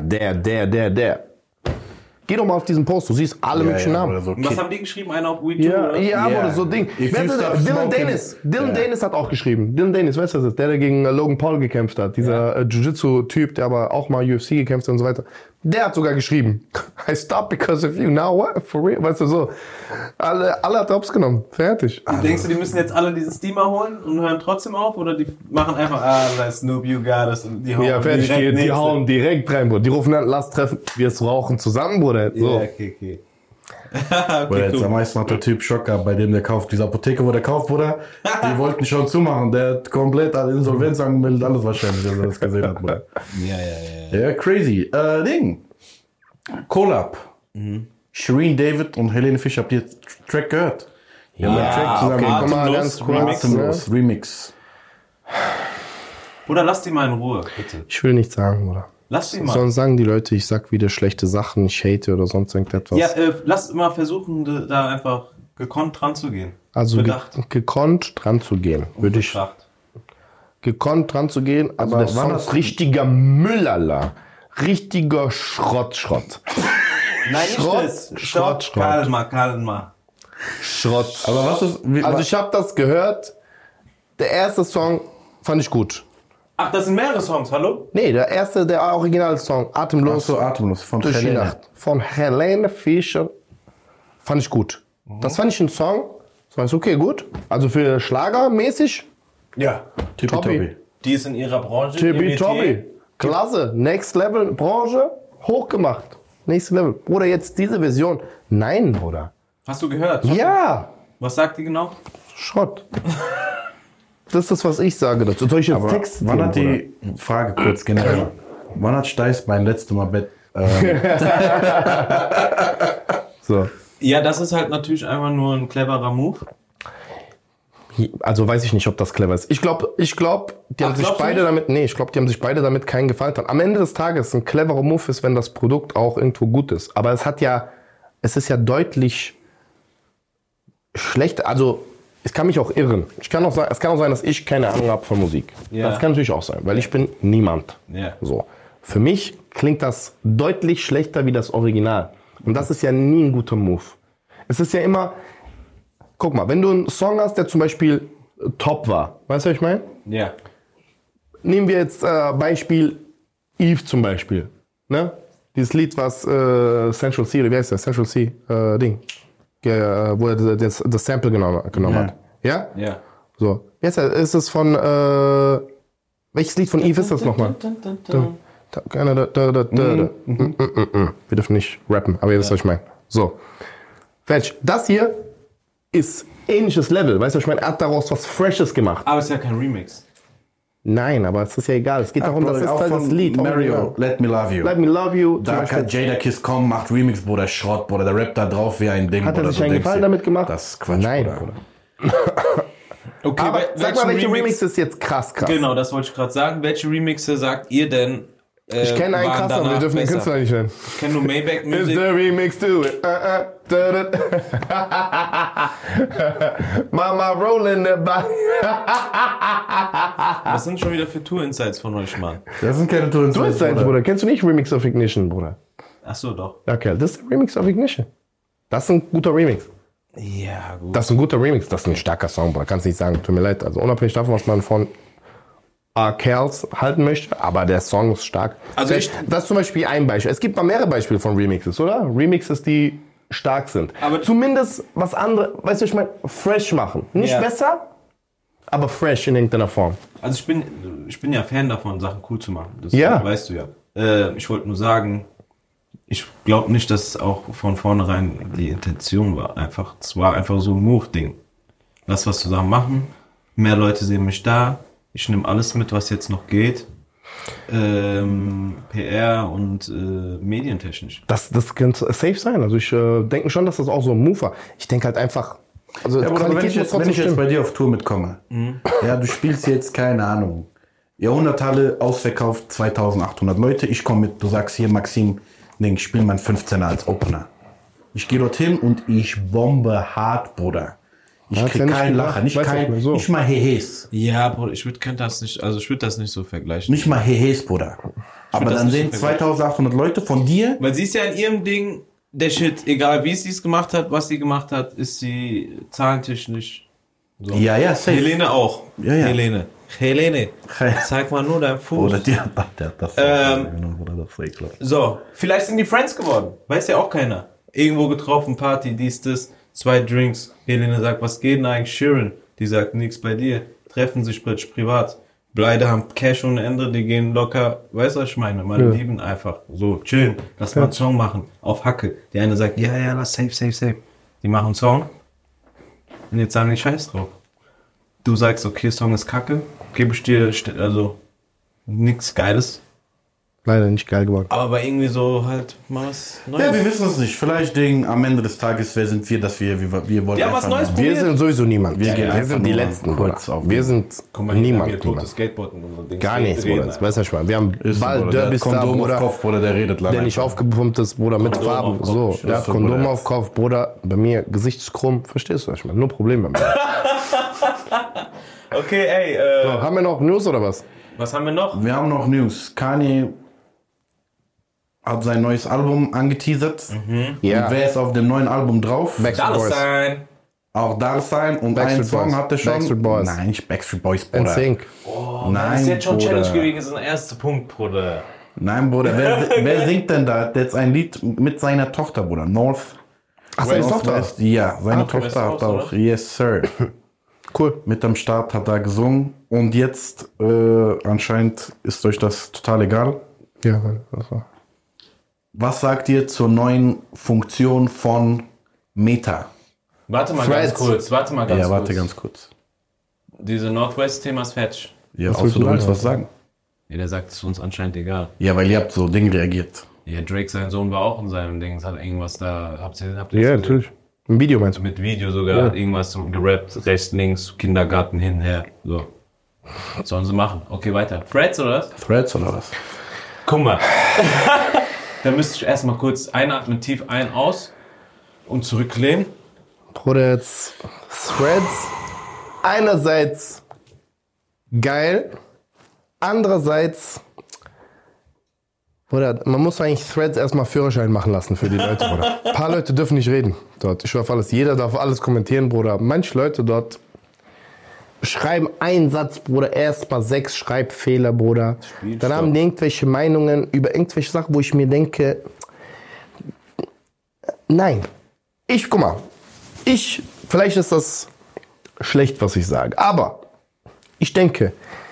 Geh doch mal auf diesen Post, du siehst alle möglichen Namen. Bruder, so Und was Kid- haben die geschrieben? Einer auf We Too, oder? Ja, Yeah. Bruder, so Ding. If Wer you hat stop das? Dylan smoking- Dennis. Dylan Ja. Dennis hat auch geschrieben. Dylan Dennis, weißt du das? Der gegen Logan Paul gekämpft hat. Dieser Jiu-Jitsu-Typ, der aber auch mal UFC gekämpft hat und so weiter. Der hat sogar geschrieben, I stopped because of you. Now what? For real? Weißt du, so. Alle hat Hops genommen. Fertig. Denkst du, die müssen jetzt alle diesen Steamer holen und hören trotzdem auf? Oder die machen einfach, Snoop, you got us. Und die hauen Ja, fertig. direkt Die nächste. hauen direkt rein, Bruder. Die rufen an, lass treffen. Wir rauchen zusammen, Bruder. So. Ja, okay. Bruder, jetzt am meisten hat der Typ Schock gehabt, bei dem der kauft. Diese Apotheke, wo der kauft, Bruder, die wollten schon zumachen. Der hat komplett an Insolvenz angemeldet, alles wahrscheinlich, wenn er das gesehen hat, Bruder. Ja. Ja, crazy. Ding. Collab. Shireen David und Helene Fischer, habt ihr den Track gehört? Die haben einen Track zusammen okay, gemacht. komm mal Atemlos, ganz kurz. Remix. Atemlos, Remix. Bruder, lass die mal in Ruhe, bitte. Ich will nichts sagen, Bruder. Lass die mal. Sonst sagen die Leute, ich sag wieder schlechte Sachen, ich hate oder sonst irgendetwas. Ja, lass mal versuchen, da einfach gekonnt dran zu gehen. Also Bedacht. gekonnt dran zu gehen, würde ich. Bedacht. Gekonnt dran zu gehen, also Aber der war Song das- ist richtiger Müllerler. Richtiger Schrott. Nein, nicht Schrott, das. Schrott. Kalma. Schrott. Aber was ist... Also ich habe das gehört, der erste Song fand ich gut. Ach, das sind mehrere Songs, hallo? Nee, der Originalsong, Atemlos so Atemlos von durch die Helene. Nacht. Von Helene Fischer. Fand ich gut. Das fand ich ein Song. Das war okay, gut. Also für Schlagermäßig, Ja. Tippitoppi. Die ist in ihrer Branche. tippitoppi. Klasse. Next Level, Branche, hochgemacht. Next Level. Bruder, jetzt diese Version. Nein, Bruder. Hast du gehört? Ja, Was sagt die genau? Schrott. Das ist das, was ich sage dazu. Soll ich jetzt Text Wann hat geben, die... Frage kurz generell. Wann hat Steißbein letzte Mal Bett... So. Ja, das ist halt natürlich einfach nur ein cleverer Move. Also weiß ich nicht, ob das clever ist. Ich glaube, die haben sich glaubst du beide nicht? damit, ich glaube, die haben sich beide damit keinen Gefallen getan. Am Ende des Tages ein cleverer Move ist, wenn das Produkt auch irgendwo gut ist. Aber es ist ja deutlich schlechter. Also, es kann mich auch irren. Es kann auch sein, dass ich keine Ahnung habe von Musik. Ja. Das kann natürlich auch sein, weil ich bin niemand. Ja. So. Für mich klingt das deutlich schlechter wie das Original. Und das ist ja nie ein guter Move. Es ist ja immer, guck mal, wenn du einen Song hast, der zum Beispiel top war, weißt du, was ich meine? Ja. Nehmen wir jetzt Beispiel Eve zum Beispiel. Ne? Dieses Lied, was Central C, oder wie heißt das? Central C Ding. Wo er das Sample genommen hat. Ja? Ja. So. Wie heißt das? Ist es von, welches Lied von Eve ist das nochmal? Wir dürfen nicht rappen, aber ihr wisst, was ich meine. So. Fertig. Das hier ist ähnliches Level. Weißt du, was ich meine? Er hat daraus was Freshes gemacht. Aber es ist ja kein Remix. Nein, aber es ist ja egal. Es geht darum, das ist auch halt das von Lied. Mario, Let Me Love You. Let Me Love You. Zum Da Beispiel. kann Jada Kiss kommen, macht Remix, Bruder, Schrott, Bruder. Der rappt da drauf wie ein Ding. Hat er Bruder, sich so einen denkst Gefallen du, damit gemacht? Das ist Quatsch, Nein, Bruder. Okay, Aber sag mal, welche Remix ist jetzt krass? Genau, das wollte ich gerade sagen. Welche Remixe sagt ihr denn, Ich kenne einen krass, aber wir dürfen den Künstler nicht nennen. Ich kenne nur Maybach It's Music. the remix to it. Mama rolling the body. Was sind schon wieder für Tour-Insights von euch, Mann? Das sind keine Tour Du bist eins, Bruder. Kennst du nicht Remix of Ignition, Bruder? Ach so, doch. Okay, das ist der Remix of Ignition. Das ist ein guter Remix. Ja, gut. Das ist ein guter Remix. Das ist ein starker Song, Bruder. Kannst nicht sagen. Tut mir leid. Also unabhängig davon, was man von Kerls halten möchte, aber der Song ist stark. Also das ist zum Beispiel ein Beispiel. Es gibt mal mehrere Beispiele von Remixes, oder? Remixes, die stark sind. Aber zumindest was andere, weißt du, ich meine, fresh machen. Nicht besser, aber fresh in irgendeiner Form. Also ich bin ja Fan davon, Sachen cool zu machen. Das weißt du ja. Ich wollte nur sagen, ich glaube nicht, dass es auch von vornherein die Intention war. Es war einfach so ein Move-Ding. Lass was zusammen machen. Mehr Leute sehen mich da. Ich nehme alles mit, was jetzt noch geht. PR und medientechnisch. Das könnte safe sein. Also ich denke schon, dass das auch so ein Move war. Ich denke halt einfach... Also ja, aber wenn ich jetzt bei dir auf Tour mitkomme, ja, du spielst jetzt, keine Ahnung, Jahrhunderthalle, ausverkauft, 2800 Leute, ich komme mit, du sagst hier, Maxim, ich spiele mein 15er als Opener. Ich gehe dorthin und ich bombe hart, Bruder. Ich krieg keinen Lacher, nicht mal Hehes. Ja, Bruder, ich würde das nicht so vergleichen. Nicht mal Hehes, Bruder. Aber dann sehen 2800 Leute von dir. Weil sie ist ja in ihrem Ding der Shit, egal wie sie es gemacht hat, was sie gemacht hat, ist sie zahlentechnisch so. Ja, safe. Helene auch. Ja. Helene, zeig mal nur deinen Fuß. Oder der so, vielleicht sind die Friends geworden. Weiß ja auch keiner. Irgendwo getroffen, Party, dies, das, 2 Drinks. Helene sagt, was geht denn eigentlich? Sharon, die sagt, nix bei dir. Treffen sich privat. Beide haben Cash ohne Ende, die gehen locker, weißt du, was ich meine? Meine Lieben einfach so chillen, lass mal einen Song machen, auf Hacke. Die eine sagt, ja, lass safe. Die machen einen Song und jetzt sagen die Scheiß drauf. Du sagst, okay, Song ist kacke, gebe ich dir, also nichts Geiles. Leider nicht geil geworden. Aber irgendwie so halt mal was Neues. Ja, wir wissen es nicht. Vielleicht am Ende des Tages, wer sind wir, dass wir wollen ja, was Neues wir sind sowieso niemand. Wir sind die Letzten. Kurz auf. Wir sind niemand. Skateboard und so Ding. Gar nichts, Bruder. Das weiß ich mal. Wir haben bald Derby-Star, Bruder, der redet leider. Der nicht aufgepumpt ist, Bruder, mit Farben. So, der hat Kondom auf Kopf, Bruder. Bei mir Gesichtskrumm. Verstehst du, was ich meine? Nur Probleme bei mir. Okay, ey. So, haben wir noch News oder was? Was haben wir noch? Wir haben noch News. Kanye hat sein neues Album angeteasert. Ja. Und wer ist auf dem neuen Album drauf? Backstreet Boys. Auch Dasein. Und einen Song hat er schon. Backstreet Boys. Nein, nicht Backstreet Boys, Bruder. NSYNC. Oh, Nein, das ist jetzt schon Bruder. Challenge gewesen, ein erster Punkt, Bruder. Nein, Bruder. Wer singt denn da? Der hat ein Lied mit seiner Tochter, Bruder. North. Ach, seine Tochter? West. Ja, seine Tochter West hat auch. oder? Yes, sir. Cool. Mit am Start hat er gesungen. Und jetzt anscheinend ist euch das total egal. Ja, das war. Was sagt ihr zur neuen Funktion von Meta? Warte mal Threads. ganz kurz. Ja, warte ganz kurz. Diese Northwest-Thema ist fertig. Ja, Was außer willst du du willst sagen? was sagen. Ja, der sagt es uns anscheinend egal. Ja, weil ihr habt so Ding reagiert. Ja, Drake, sein Sohn, war auch in seinem Ding. Es hat irgendwas da. Habt ihr Ja, das gesehen? natürlich. Ein Video meinst du? Mit Video sogar. Hat irgendwas gerappt. Rechts, links, Kindergarten, hin, her. So. Was sollen sie machen? Okay, weiter. Threads oder was? Threads oder was? Guck mal. Da müsste ich erstmal kurz einatmen, tief ein, aus und zurücklehnen. Bruder, jetzt Threads einerseits geil, andererseits, Bruder, man muss eigentlich Threads erstmal Führerschein machen lassen für die Leute, Bruder. Ein paar Leute dürfen nicht reden dort. Ich schwör auf alles. Jeder darf alles kommentieren, Bruder. Manche Leute dort schreiben einen Satz, Bruder, erstmal 6 Schreibfehler, Bruder. Dann haben die irgendwelche Meinungen über irgendwelche Sachen, wo ich mir denke, nein. Guck mal, vielleicht ist das schlecht, was ich sage, aber ich denke,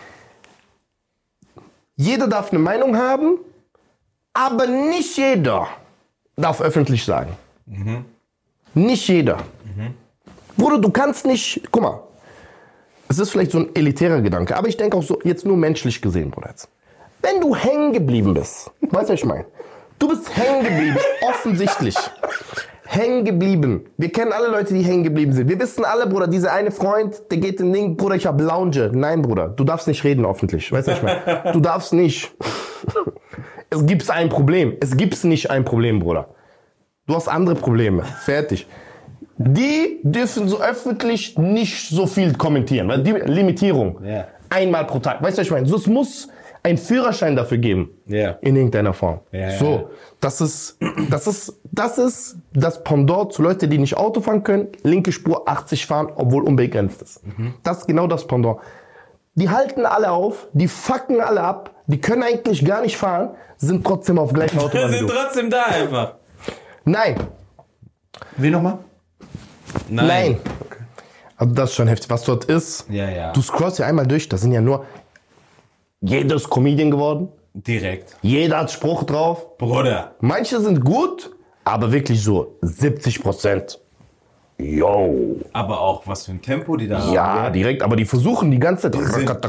jeder darf eine Meinung haben, aber nicht jeder darf öffentlich sagen. Nicht jeder. Bruder, du kannst nicht, guck mal, es ist vielleicht so ein elitärer Gedanke, aber ich denke auch so, jetzt nur menschlich gesehen, Bruder. Wenn du hängen geblieben bist, weißt du, was ich meine? Du bist hängen geblieben, offensichtlich. Hängen geblieben. Wir kennen alle Leute, die hängen geblieben sind. Wir wissen alle, Bruder, dieser eine Freund, der geht in den Ding, Bruder, ich hab Lounge. Nein, Bruder, du darfst nicht reden öffentlich. Weißt du, was ich meine? Du darfst nicht. Es gibt ein Problem. Es gibt nicht ein Problem, Bruder. Du hast andere Probleme. Fertig. Die dürfen so öffentlich nicht so viel kommentieren. Weil die Limitierung. Ja. Einmal pro Tag. Weißt du, was ich meine? So, es muss einen Führerschein dafür geben. Ja. In irgendeiner Form. Ja, so. ja. Das ist das Pendant zu Leuten, die nicht Auto fahren können. Linke Spur 80 fahren, obwohl unbegrenzt ist. Das ist genau das Pendant. Die halten alle auf, die fucken alle ab, die können eigentlich gar nicht fahren, sind trotzdem auf gleichen Autobahn. Wir sind trotzdem da einfach. Nein. Wie nochmal? Nein. Okay. Also das ist schon heftig. Was dort ist, Ja. du scrollst ja einmal durch, das sind ja nur, jeder ist Comedian geworden. Direkt. Jeder hat Spruch drauf. Bruder. Manche sind gut, aber wirklich so 70%. Yo. Aber auch was für ein Tempo die da haben. Ja, direkt, aber die versuchen die ganze Zeit.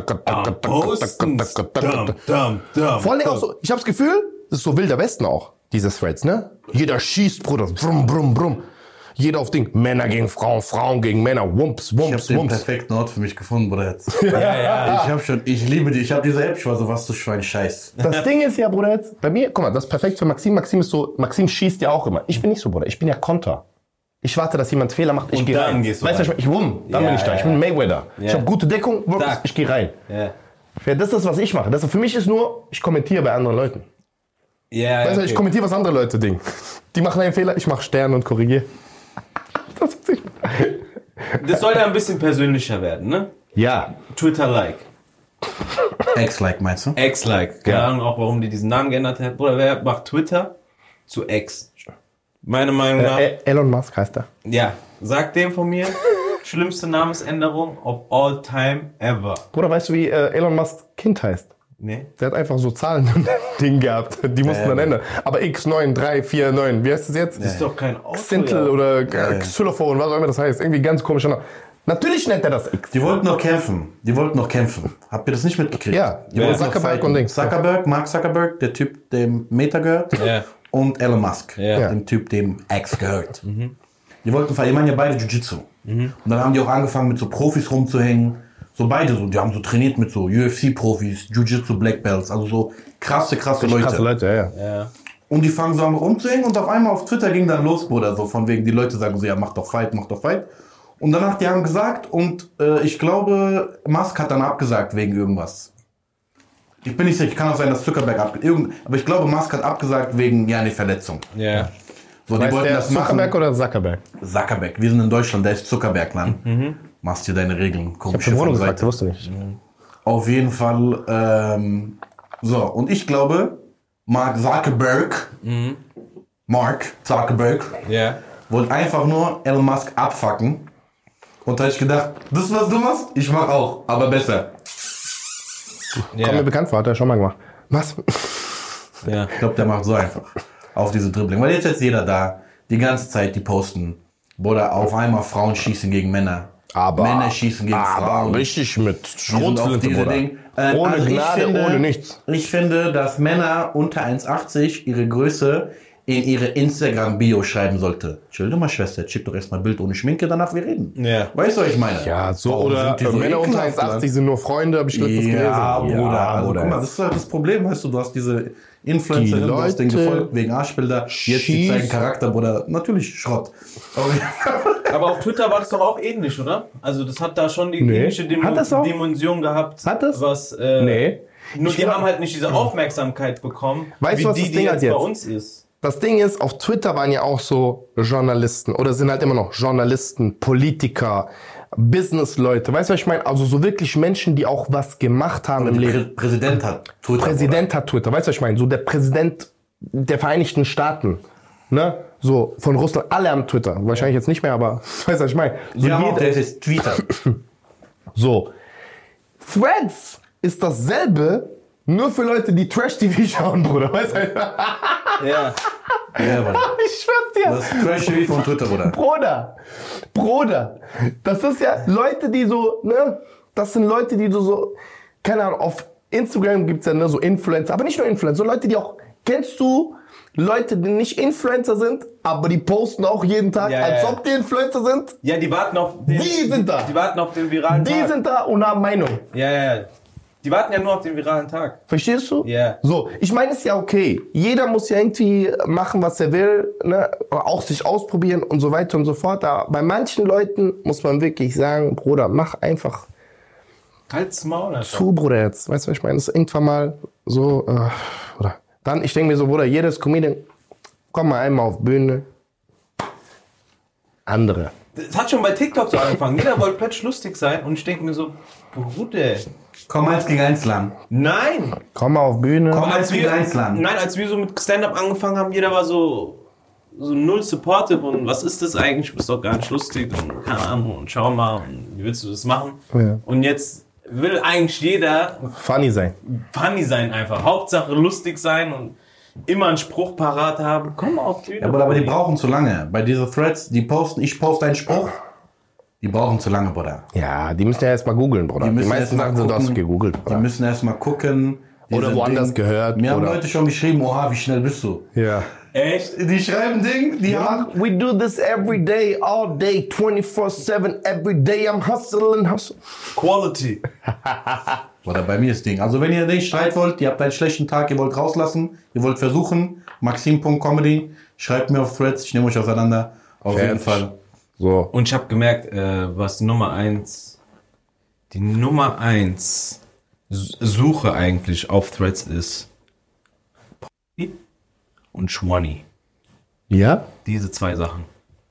Vor allem auch so, ich habe das Gefühl, das ist so Wilder Westen auch, diese Threads, ne? Jeder schießt, Bruder, brumm, brumm, brumm. Jeder auf Ding, Männer gegen Frauen, Frauen gegen Männer, Wumps, Ich Wumps, habe den Wumps. perfekten Ort für mich gefunden, Bruder. Jetzt. Ja. Ich liebe die. Ich habe diese App, ich war so, was du Schwein, Scheiß. Das Ding ist ja, Bruder, jetzt, bei mir, guck mal, das ist perfekt für Maxim. Maxim ist so, Maxim schießt ja auch immer. Ich bin nicht so, Bruder, ich bin ja Konter. Ich warte, dass jemand Fehler macht, ich Und gehe dann rein. gehst du Weißt du, rein. ich dann bin ich da. Ich bin Mayweather. Ja. Ich habe gute Deckung, Zack. ich gehe rein. Ja. Ja, das ist, was ich mache. Das für mich ist nur, ich kommentiere bei anderen Leuten. Ja, Weißt du, ich kommentiere, was andere Leute denken. Die machen einen Fehler, ich mache Sterne und korrigiere. Das ist nicht. Das soll ja ein bisschen persönlicher werden, ne? Ja. Twitter-like. Ex-like meinst du? X-like. Keine Ahnung auch, warum die diesen Namen geändert hat. Bruder, wer macht Twitter zu X? Meine Meinung nach. Elon Musk heißt er. Ja, sag dem von mir. Schlimmste Namensänderung of all time ever. Bruder, weißt du, wie Elon Musk Kind heißt? Nee. Der hat einfach so Zahlen-Ding gehabt. Die mussten dann ändern. Aber X9, 3, 4, 9. Wie heißt das jetzt? Das ist doch kein Auto. Xintel oder Xylophon, was auch immer das heißt. Irgendwie ganz komischer Name. Natürlich nennt er das X. Die wollten noch kämpfen. Habt ihr das nicht mitgekriegt? Ja, die wollten noch Zuckerberg fighten. und Dings. Mark Zuckerberg, der Typ, dem Meta gehört. Ja. Und Elon Musk, Ja. dem Typ, dem X gehört. Die wollten fighten, die machen ja beide Jiu-Jitsu. Und dann haben die auch angefangen, mit so Profis rumzuhängen. So beide so. Die haben so trainiert mit so UFC-Profis, Jiu-Jitsu Black Belts. Also so krasse Leute. Krasse Leute, ja. Und die fangen so an rumzuhängen und auf einmal auf Twitter ging dann los, Bruder, so von wegen, die Leute sagen so, ja, mach doch Fight. Und danach, die haben gesagt und ich glaube, Musk hat dann abgesagt wegen irgendwas. Ich bin nicht sicher, kann auch sein, dass Zuckerberg aber ich glaube, Musk hat abgesagt wegen, ja, eine Verletzung. Ja. So, die Weißt wollten der das Zuckerberg machen. oder Zuckerberg? Zuckerberg, wir sind in Deutschland, der ist Zuckerberg, Mann. Machst dir deine Regeln, Ich hab komische schon Wohnung von gefragt, Seite. wusste nicht. Auf jeden Fall, so, und ich glaube, Mark Zuckerberg, Ja. wollte einfach nur Elon Musk abfacken. Und da hab ich gedacht, das was du machst, ich mach auch, aber besser. Kommt mir bekannt vor, hat er schon mal gemacht. Was? Ja. Ich glaube, der macht so einfach auf diese Dribbling. Weil jetzt ist jeder da, die ganze Zeit die posten. Oder auf einmal Frauen schießen gegen Männer. Männer schießen gegen Frauen. Richtig mit Die sind auf Schrotflinte, diese Bruder. Ding. Ohne Also Gnade, ohne nichts. Ich finde, dass Männer unter 1,80 ihre Größe in ihre Instagram-Bio schreiben sollte. Chill doch mal, Schwester, schick doch erstmal ein Bild ohne Schminke, danach wir reden. Ja. Weißt du, was ich meine? Ja, so Warum oder sind die so Männer unter ekelhaft, 1,80 sind nur Freunde, habe ich letztens gelesen. Ja, Bruder. Also, Bruder. guck mal, das ist halt das Problem, weißt du hast diese Influencerin, Die du hast den Leute gefolgt wegen Arschbilder, jetzt die schießen. zeigen Charakter, Bruder. Natürlich Schrott. Aber auf Twitter war das doch auch ähnlich, oder? Also das hat da schon die Nee. ähnliche Hat das auch? Dimension gehabt. Hat das? Was, Nee. Nur die haben halt nicht diese Aufmerksamkeit bekommen, Weißt wie du, was die das Ding jetzt hat bei jetzt? uns ist. Das Ding ist, auf Twitter waren ja auch so Journalisten oder sind halt immer noch Journalisten, Politiker, Businessleute. Weißt du, was ich meine? Also so wirklich Menschen, die auch was gemacht haben im Leben. Präsident hat Twitter. Präsident hat Twitter. Weißt du, was ich meine? So der Präsident der Vereinigten Staaten. Ne? So von Russland. Alle haben Twitter. Wahrscheinlich jetzt nicht mehr, aber weißt du, was ich meine? So Ja, auch, der ist Twitter. So. Threads ist dasselbe, nur für Leute, die Trash-TV schauen, Bruder. Weißt du? Ja. Ja, Mann. Ich schwör's dir. Das ist Trash-TV von Twitter, Bruder. Bruder, das ist ja Leute, die so, ne, das sind Leute, die du so, keine Ahnung, auf Instagram gibt's ja ne, so Influencer, aber nicht nur Influencer, so Leute, die auch, kennst du Leute, die nicht Influencer sind, aber die posten auch jeden Tag, Ja, als ja. ob die Influencer sind? Ja, die warten auf den, Die sind da. Die warten auf den viralen Die Tag. sind da und haben Meinung. Ja. Die warten ja nur auf den viralen Tag. Verstehst du? Ja. Yeah. So, ich meine, es ist ja okay. Jeder muss ja irgendwie machen, was er will, ne? Auch sich ausprobieren und so weiter und so fort. Aber bei manchen Leuten muss man wirklich sagen, Bruder, mach einfach halt's Maul einfach. zu, Bruder, jetzt. Weißt du, was ich meine? Das ist irgendwann mal so, oder dann, ich denke mir so, Bruder, jedes Comedian, komm mal einmal auf Bühne. Andere. Das hat schon bei TikTok so angefangen. Jeder wollte plötzlich lustig sein und ich denke mir so, Bruder. Komm 1 gegen 1 lang. Nein. Komm mal auf Bühne. Komm 1 gegen 1 lang. Nein, als wir so mit Stand-Up angefangen haben, jeder war so null supportive und was ist das eigentlich? Du bist doch gar nicht lustig und keine Ahnung und schau mal und wie willst du das machen? Ja. Und jetzt will eigentlich jeder funny sein einfach. Hauptsache lustig sein und immer einen Spruch parat haben. Komm auf Bühne. Ja, aber die brauchen zu lange. Bei diesen Threads, ich poste einen Spruch, die brauchen zu lange, Bruder. Ja, die müssen ja erst mal googeln, Bruder. Die meisten Sachen sind doch gegoogelt. Die müssen erst mal gucken. Oder woanders gehört. Mir haben Leute schon geschrieben, oha, wie schnell bist du? Ja. Echt? Die schreiben Ding, haben... We do this every day, all day, 24/7, every day I'm hustling. Quality. Oder bei mir ist Ding. Also wenn ihr nicht Streit wollt, ihr habt einen schlechten Tag, ihr wollt rauslassen, ihr wollt versuchen, maxim.comedy, schreibt mir auf Threads, ich nehme euch auseinander. Auf jeden Fall. So. Und ich habe gemerkt, was die Nummer 1 Suche eigentlich auf Threads ist und Schwanni. Ja? Diese 2 Sachen.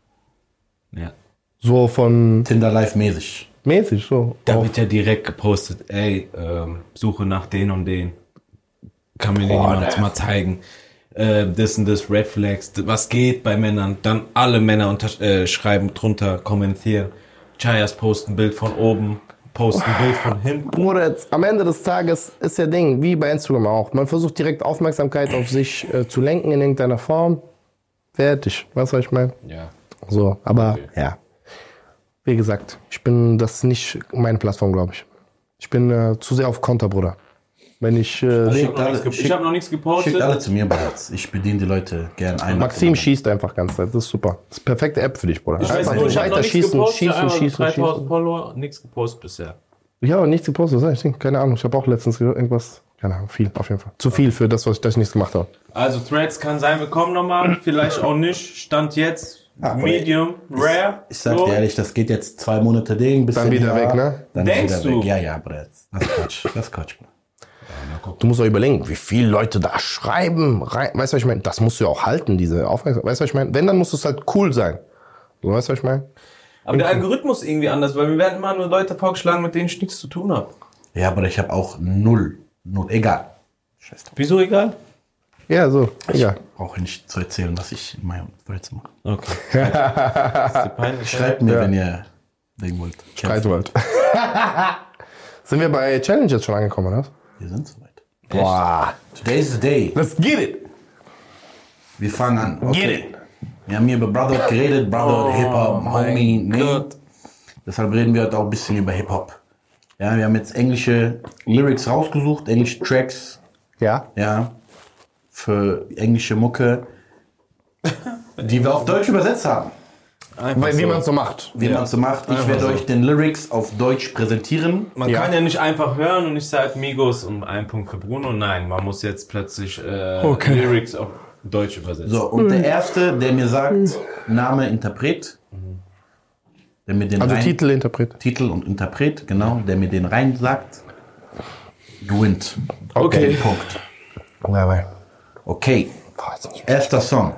Ja. So von Tinder Live mäßig. Mäßig, so. Da wird ja direkt gepostet, ey, Suche nach den und den. Kann mir den jemand mal zeigen. Das und das, Red Flags, was geht bei Männern. Dann alle Männer schreiben drunter, kommentieren. Chayas posten ein Bild von oben, posten ein Bild von hinten. Bruder, jetzt, am Ende des Tages ist ja Ding, wie bei Instagram auch. Man versucht direkt Aufmerksamkeit auf sich zu lenken in irgendeiner Form. Fertig. Weißt du, was ich meine? Ja. So, aber ja. Wie gesagt, das ist nicht meine Plattform, glaube ich. Ich bin zu sehr auf Konter, Bruder. Wenn ich... ich habe noch nichts gepostet. Schickt alle zu mir, Bruder. Ich bediene die Leute gern ein. Maxim schießt einfach ganz Zeit. Das ist super. Das ist eine perfekte App für dich, Bruder. Ich weiß nur, ich habe noch nichts gepostet. 3000 Follower, nichts gepostet bisher. Ich habe nichts gepostet, keine Ahnung. Ich habe auch letztens irgendwas... Keine Ahnung, viel, auf jeden Fall. Zu viel für das, was ich nichts gemacht habe. Also Threads kann sein, wir kommen nochmal. Vielleicht auch nicht. Stand jetzt. Medium, Rare. Ich sag dir ehrlich, das geht jetzt 2 Monate Ding. Bis dann wieder weg, ne? Dann denkst wieder du? Weg. Ja, Bruder. Das ist Quatsch. Das ist Quatsch, Bruder. Du musst auch überlegen, wie viele Leute da schreiben. Weißt du, was ich meine? Das musst du ja auch halten, diese Aufmerksamkeit. Weißt du, was ich meine? Wenn, dann muss es halt cool sein. So, weißt du, was ich meine? Aber der Algorithmus ist irgendwie anders, weil mir werden immer nur Leute vorgeschlagen, mit denen ich nichts zu tun habe. Ja, aber ich habe auch null. Egal. Scheiße. Wieso egal? Ja, so. Egal. Ich brauche nicht zu erzählen, was ich in meinem Threads mache. Okay. Schreibt mir, wenn ihr denken wollt. Streit wollt. Sind wir bei Challenge jetzt schon angekommen, oder? Wir sind soweit. Boah. Today's the day. Let's get it. Wir fangen an. Okay. Get it. Wir haben hier über Brotherhood geredet. Brotherhood, Hip-Hop, Homie, Name. Deshalb reden wir heute auch ein bisschen über Hip-Hop. Ja, wir haben jetzt englische Lyrics rausgesucht, englische Tracks. Ja. Ja. Für englische Mucke, die wir auf Deutsch übersetzt haben. Wie man es so macht. Wie man es so macht. Ich werde euch den Lyrics auf Deutsch präsentieren. Man kann ja nicht einfach hören und ich sage Migos und 1 Punkt für Bruno. Nein, man muss jetzt plötzlich Lyrics auf Deutsch übersetzen. So, und der Erste, der mir sagt, Name, Interpret, der mir den Titel, Interpret. Titel und Interpret, genau, der mir den rein sagt, gewinnt. Okay. Punkt. Ja, okay. Erster Song.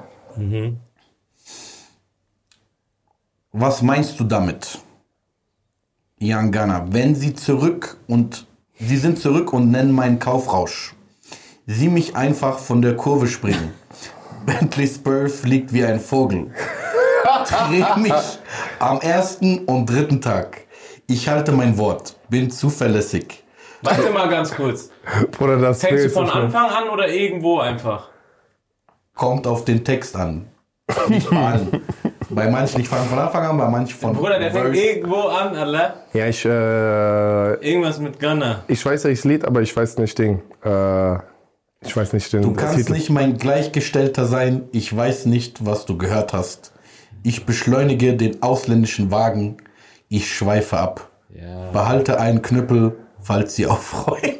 Was meinst du damit? Young Gunner, wenn sie sind zurück und nennen meinen Kaufrausch. Sieh mich einfach von der Kurve springen. Bentley Spur fliegt wie ein Vogel. Dreh mich am 1. und 3. Tag. Ich halte mein Wort, bin zuverlässig. Warte mal ganz kurz. Bruder, das Fängst du von Anfang an oder irgendwo einfach? Kommt auf den Text an. Nicht bei allen. Bei manchen, ich fange von Anfang an, bei manchen von Bruder, der fängt irgendwo an, Allah. Ja, Irgendwas mit Gunner. Ich weiß ja das Lied, aber ich weiß nicht Ding. Ich weiß nicht den Du kannst Titel. nicht mein Gleichgestellter sein. Ich weiß nicht, was du gehört hast. Ich beschleunige den ausländischen Wagen. Ich schweife ab. Ja. Behalte einen Knüppel. falls Sie auf freuen.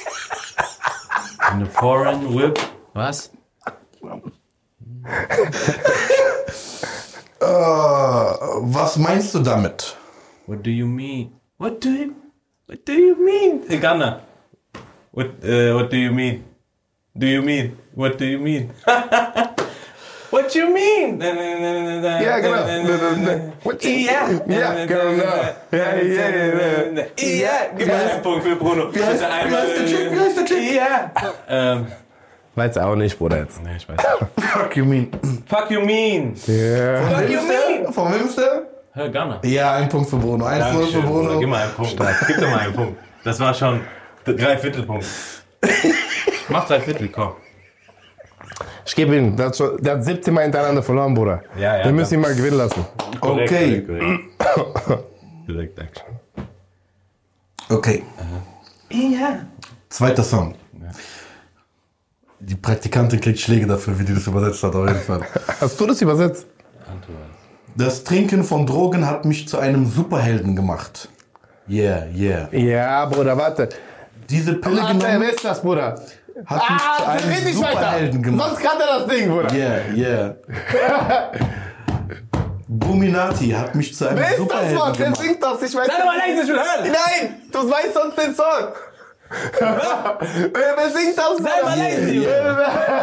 Eine Foreign Whip. Was? Was meinst du damit? What do you mean? What do you mean? Ghana. What do you mean? Do you mean? What do you mean? What you mean? Ja, genau. Ja, genau. Ja, gib mal einen Punkt für Bruno. Wie heißt der Trick? Ja. Weiß auch nicht, Bruder, jetzt. Nee, ich weiß nicht. Fuck you mean. Fuck you mean? Ja. Fuck you mean? Von wem ist der? Hör Ghana. Ja, ein Punkt für Bruno. 1-0 für Bruno. Gib mal einen Punkt. Gib doch mal einen Punkt. Das war schon 3/4 Punkt. Mach 3/4, komm. Ich gebe ihm, der hat 17 Mal hintereinander verloren, Bruder. Ja, Wir müssen ihn mal gewinnen lassen. Okay. Direkt Action. Okay. Ja. Zweiter Song. Die Praktikantin kriegt Schläge dafür, wie die das übersetzt hat, auf jeden Fall. Hast du das übersetzt? Das Trinken von Drogen hat mich zu einem Superhelden gemacht. Yeah, yeah. Ja, Bruder, warte. Diese Pille Warte, genommen wer ist das, Bruder? hat mich zu einem Superhelden gemacht. Sonst kann er das Ding, Bruder. Yeah, yeah. Buminati hat mich zu einem Wer ist das, Superhelden Mann? Wer gemacht. singt das? Ich weiß Sei doch mal leise, ich will hören. Nein, du weißt sonst den Song. Wer singt das, Bruder? Sei mal leise, Junge.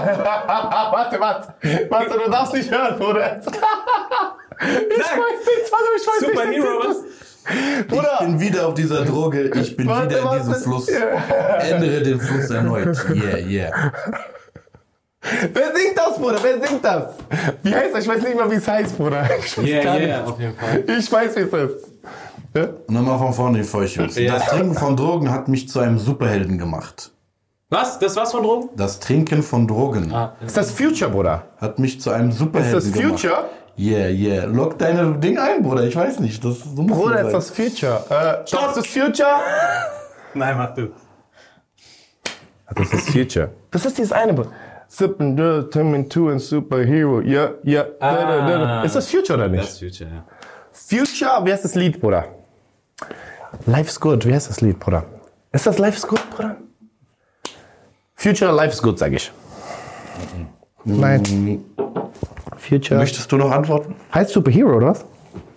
Warte, du darfst nicht hören, Bruder. Ich weiß den Song, aber ich weiß Superhero, nicht. was? Bruder. Ich bin wieder auf dieser Droge, ich bin Warte, wieder in warte. diesem Fluss. Ändere den Fluss erneut. Yeah, yeah. Wer singt das, Bruder? Wer singt das? Wie heißt das? Ich weiß nicht mal, wie es heißt, Bruder. Ich weiß gar nicht. auf jeden Fall. Ich weiß, wie es ist. Ja? Nochmal von vorne für euch, Jungs. Ja. Das Trinken von Drogen hat mich zu einem Superhelden gemacht. Was? Das war's von Drogen? Das Trinken von Drogen Ist das Future, Bruder? hat mich zu einem Superhelden Ist das gemacht. Future? Yeah, yeah. Log deine Ding ein, Bruder. Ich weiß nicht. Das so muss Bruder, ist sein. das Future? Stopp, ist das Future? Nein, mach du. Das ist Future. Das ist dieses eine, Bruder. Turn into a superhero. Ja, ja. Ist das Future oder nicht? Das ist Future, ja. Future, wie heißt das Lied, Bruder? Life's Good, wie heißt das Lied, Bruder? Ist das Life's Good, Bruder? Future, Life's Good, sag ich. Nein. Future. Möchtest du noch antworten? Heißt Superhero, oder was?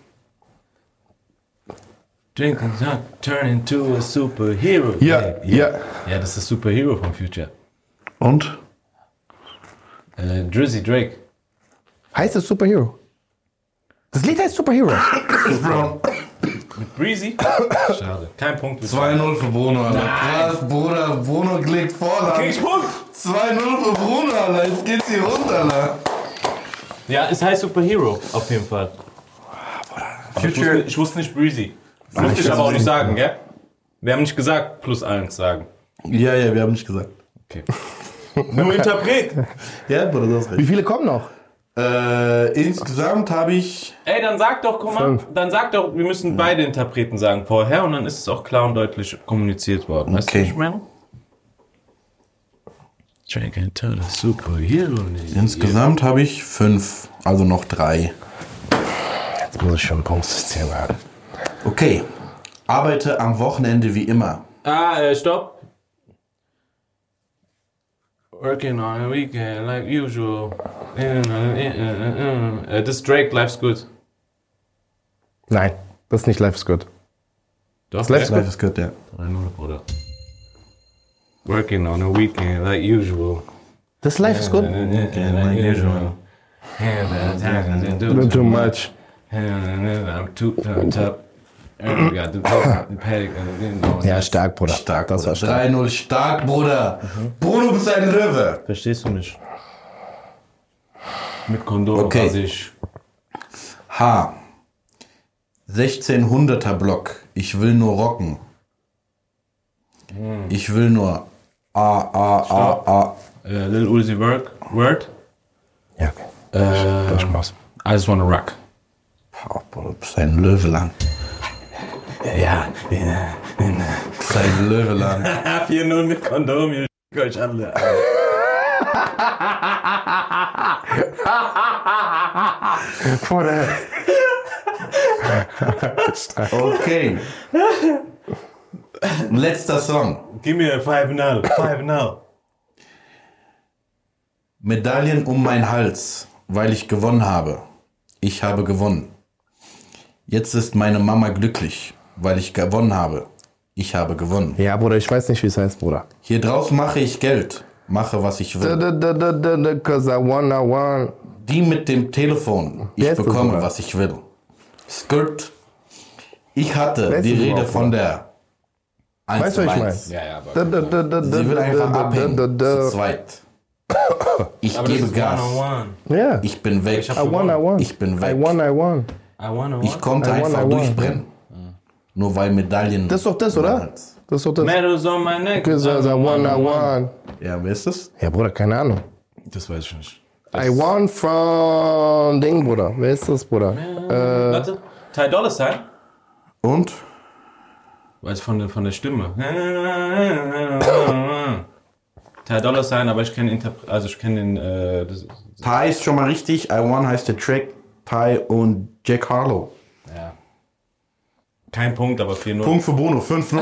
Drink and turn into a superhero. Ja, ja. Ja, das ist Superhero von Future. Und? Drizzy Drake. Heißt es Superhero? Das Lied heißt Superhero. Mit Breezy? Schade. Kein Punkt. 2-0 für Bruno, Alter. Krass, Bruder. Bruno legt vor. Krieg ich Punkt? 2-0 für Bruno, Alter. Jetzt geht's hier runter, Alter. Ja, es heißt Superhero, auf jeden Fall. Aber ich wusste nicht Breezy. Musste ich aber auch nicht sagen, gell? Wir haben nicht gesagt, +1 sagen. Ja, ja, wir haben nicht gesagt. Okay. Nur Interpret. Ja, Bruder, du hast Wie recht. viele kommen noch? Insgesamt habe ich... Ey, dann sag doch, guck mal, dann sag doch, wir müssen beide Interpreten sagen vorher und dann ist es auch klar und deutlich kommuniziert worden. Weißt du, was ich meine? Drink into the superhero. Insgesamt habe ich 5, also noch 3. Jetzt muss ich schon Punktsystem haben. Okay. Arbeite am Wochenende wie immer. Stopp. Working on a weekend like usual. Das ist Drake, Life's Good. Nein, das ist nicht Life's Good. Doch, Life's Life is good, ja. 3-0, Bruder. Working on a weekend like usual. Das ist Life's Good? Like usual. Not too much. I'm too turned up. Ja, stark, Bruder. Stark, Das war Bruder. stark. 3-0, stark, Bruder. Bruno, bist ein Löwe. Verstehst du nicht? Mit Kondom Okay. rase ich. H. 1600er Block. Ich will nur rocken. Ich will nur A. Lil Uzi Word. Ja, okay. Das Spaß. I just wanna rock. Oh, Bruder, du bist ein Löwelang. Ja. Du bist ein Löwelang. 4-0 mit Kondom, ihr euch alle. Bruder. Okay. Letzter Song. Gib mir 5-0. Medaillen um meinen Hals, weil ich gewonnen habe. Ich habe gewonnen. Jetzt ist meine Mama glücklich, weil ich gewonnen habe. Ich habe gewonnen. Ja, Bruder, ich weiß nicht, wie es heißt, Bruder. Hier draußen mache ich Geld. Mache, was ich will. Cause I won. Die mit dem Telefon. Ich bekomme, was ich will. Skirt. Ich hatte die Rede von der 1 weißt du, was ich meine? Ja, aber Sie will einfach abhängen. Zu zweit. Ich gebe Gas. Ja. Ich bin weg. I won. Ich bin weg. I won. Ich konnte einfach durchbrennen. Nur weil Medaillen... Das ist doch das, oder? Das ist doch das. Medals on my neck. Cause I won. Ja, wer ist das? Ja, Bruder, keine Ahnung. Das weiß ich nicht. I won from Ding, Bruder. Wer ist das, Bruder? Warte. Ty Dolla $ign? Und? Weiß von der Stimme. Ty Dolla $ign, aber ich kenne den. Ty ist schon mal richtig. I Won heißt der Track. Ty und Jack Harlow. Ja. Kein Punkt, aber 4-0. Punkt für Bruno, 5-0.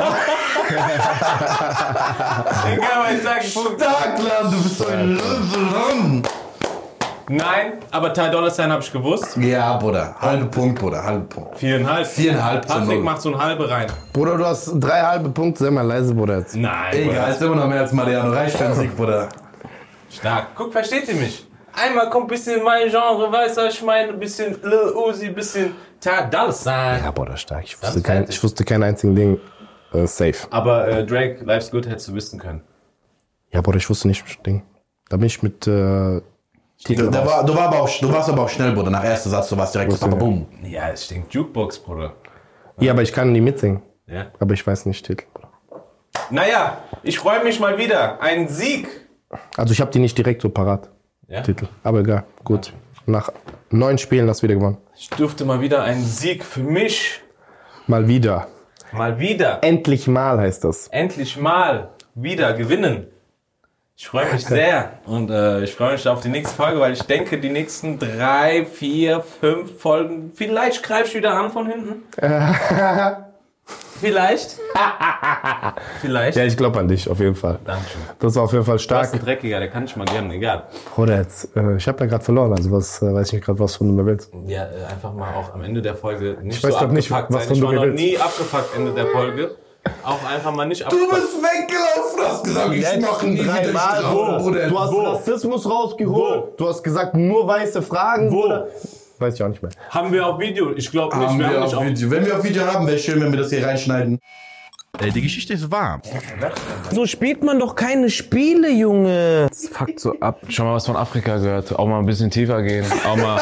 Egal, ich sag Punkt. Stark, du bist so ein Löwe. Nein, aber Ty Dolla $ign habe ich gewusst. Ja, Bruder. Halbe Punkt, Bruder. Halbe Punkt. 4,5. 4,5 zu Patrick 0. macht so ein halbe rein. Bruder, du hast 3 halbe Punkte. Sei mal leise, Bruder, jetzt. Nein. Egal, ist immer noch mehr als Mariano. Reicht für den Sieg, Bruder. Stark. Guck, versteht ihr mich? Einmal kommt ein bisschen mein Genre, weißt du, ich meine, ein bisschen Lil Uzi, ein bisschen Ty Dolla $ign. Ja, Bruder, stark. Ich wusste kein einzigen Ding. Safe. Aber Drake, Life's Good, hättest du wissen können. Ja, Bruder, ich wusste nicht, Ding. Da bin ich mit Titel Du warst aber auch schnell, Bruder. Nach erster Satz, du warst direkt Wusste, ja. boom. Ja, es stinkt Jukebox, Bruder. Ja, aber ich kann die mitsingen. Ja. Aber ich weiß nicht Titel. Naja, ich freue mich mal wieder. Ein Sieg. Also ich habe die nicht direkt so parat. Ja? Titel. Aber egal, gut. Nach 9 Spielen hast du wieder gewonnen. Ich durfte mal wieder einen Sieg für mich. Mal wieder. Mal wieder. Endlich mal heißt das. Endlich mal wieder gewinnen. Ich freue mich sehr und ich freue mich auf die nächste Folge, weil ich denke, die nächsten 3, 4, 5 Folgen, vielleicht greife ich wieder an von hinten. Vielleicht. Vielleicht. Ja, ich glaube an dich, auf jeden Fall. Dankeschön. Das war auf jeden Fall Du stark. bist ein Dreckiger, der kann ich mal gerne, egal. Bruder, jetzt, ich habe ja gerade verloren, also was weiß ich nicht gerade, was von du mir willst. Ja, einfach mal auch am Ende der Folge nicht Ich weiß so grad nicht, abgefuckt was sein. von Ich du war mir noch willst. nie abgefuckt Ende der Folge. Auch einfach mal nicht Du abgefuckt. bist weggelaufen, du hast gesagt, ich mache nie wieder Strafe, Bruder. Du hast Rassismus rausgeholt. Du hast gesagt, nur weiße Fragen. Bruder. Weiß ich auch nicht mehr. Haben wir auf Video? Ich glaube nicht. Haben Wir wir haben nicht auf Video. Wenn wir auf Video haben, wäre schön, wenn wir das hier reinschneiden. Die Geschichte ist wahr. So spielt man doch keine Spiele, Junge. Das fuckt so ab. Schon mal was von Afrika gehört. Auch mal ein bisschen tiefer gehen. Auch mal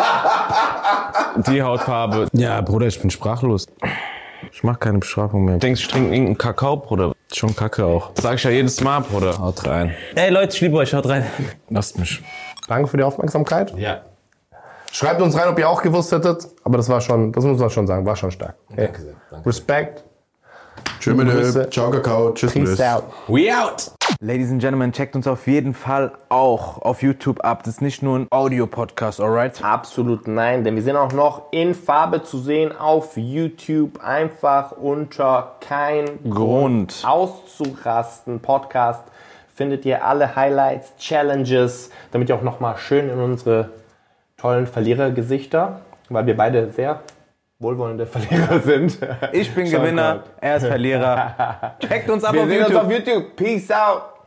die Hautfarbe. Ja, Bruder, ich bin sprachlos. Ich mach keine Bestrafung mehr. Denkst du, ich trinke irgendeinen Kakao, Bruder? Schon Kacke auch. Das sag ich ja jedes Mal, Bruder. Haut rein. Ey Leute, ich liebe euch, haut rein. Lasst mich. Danke für die Aufmerksamkeit. Ja. Schreibt uns rein, ob ihr auch gewusst hättet. Aber das war schon, das muss man schon sagen, war schon stark. Danke sehr. Danke. Respekt. Tschüss, Grüße. ciao, Kakao, tschüss, Peace out. We out. Ladies and Gentlemen, checkt uns auf jeden Fall auch auf YouTube ab. Das ist nicht nur ein Audio-Podcast, alright? Absolut nein, denn wir sind auch noch in Farbe zu sehen auf YouTube. Einfach unter kein Grund. auszurasten. Podcast findet ihr alle Highlights, Challenges, damit ihr auch nochmal schön in unsere tollen Verlierergesichter, weil wir beide sehr wohlwollende Verlierer sind. Ich bin Gewinner, er ist Verlierer. Checkt uns ab Wir auf sehen uns YouTube. auf YouTube. Peace out.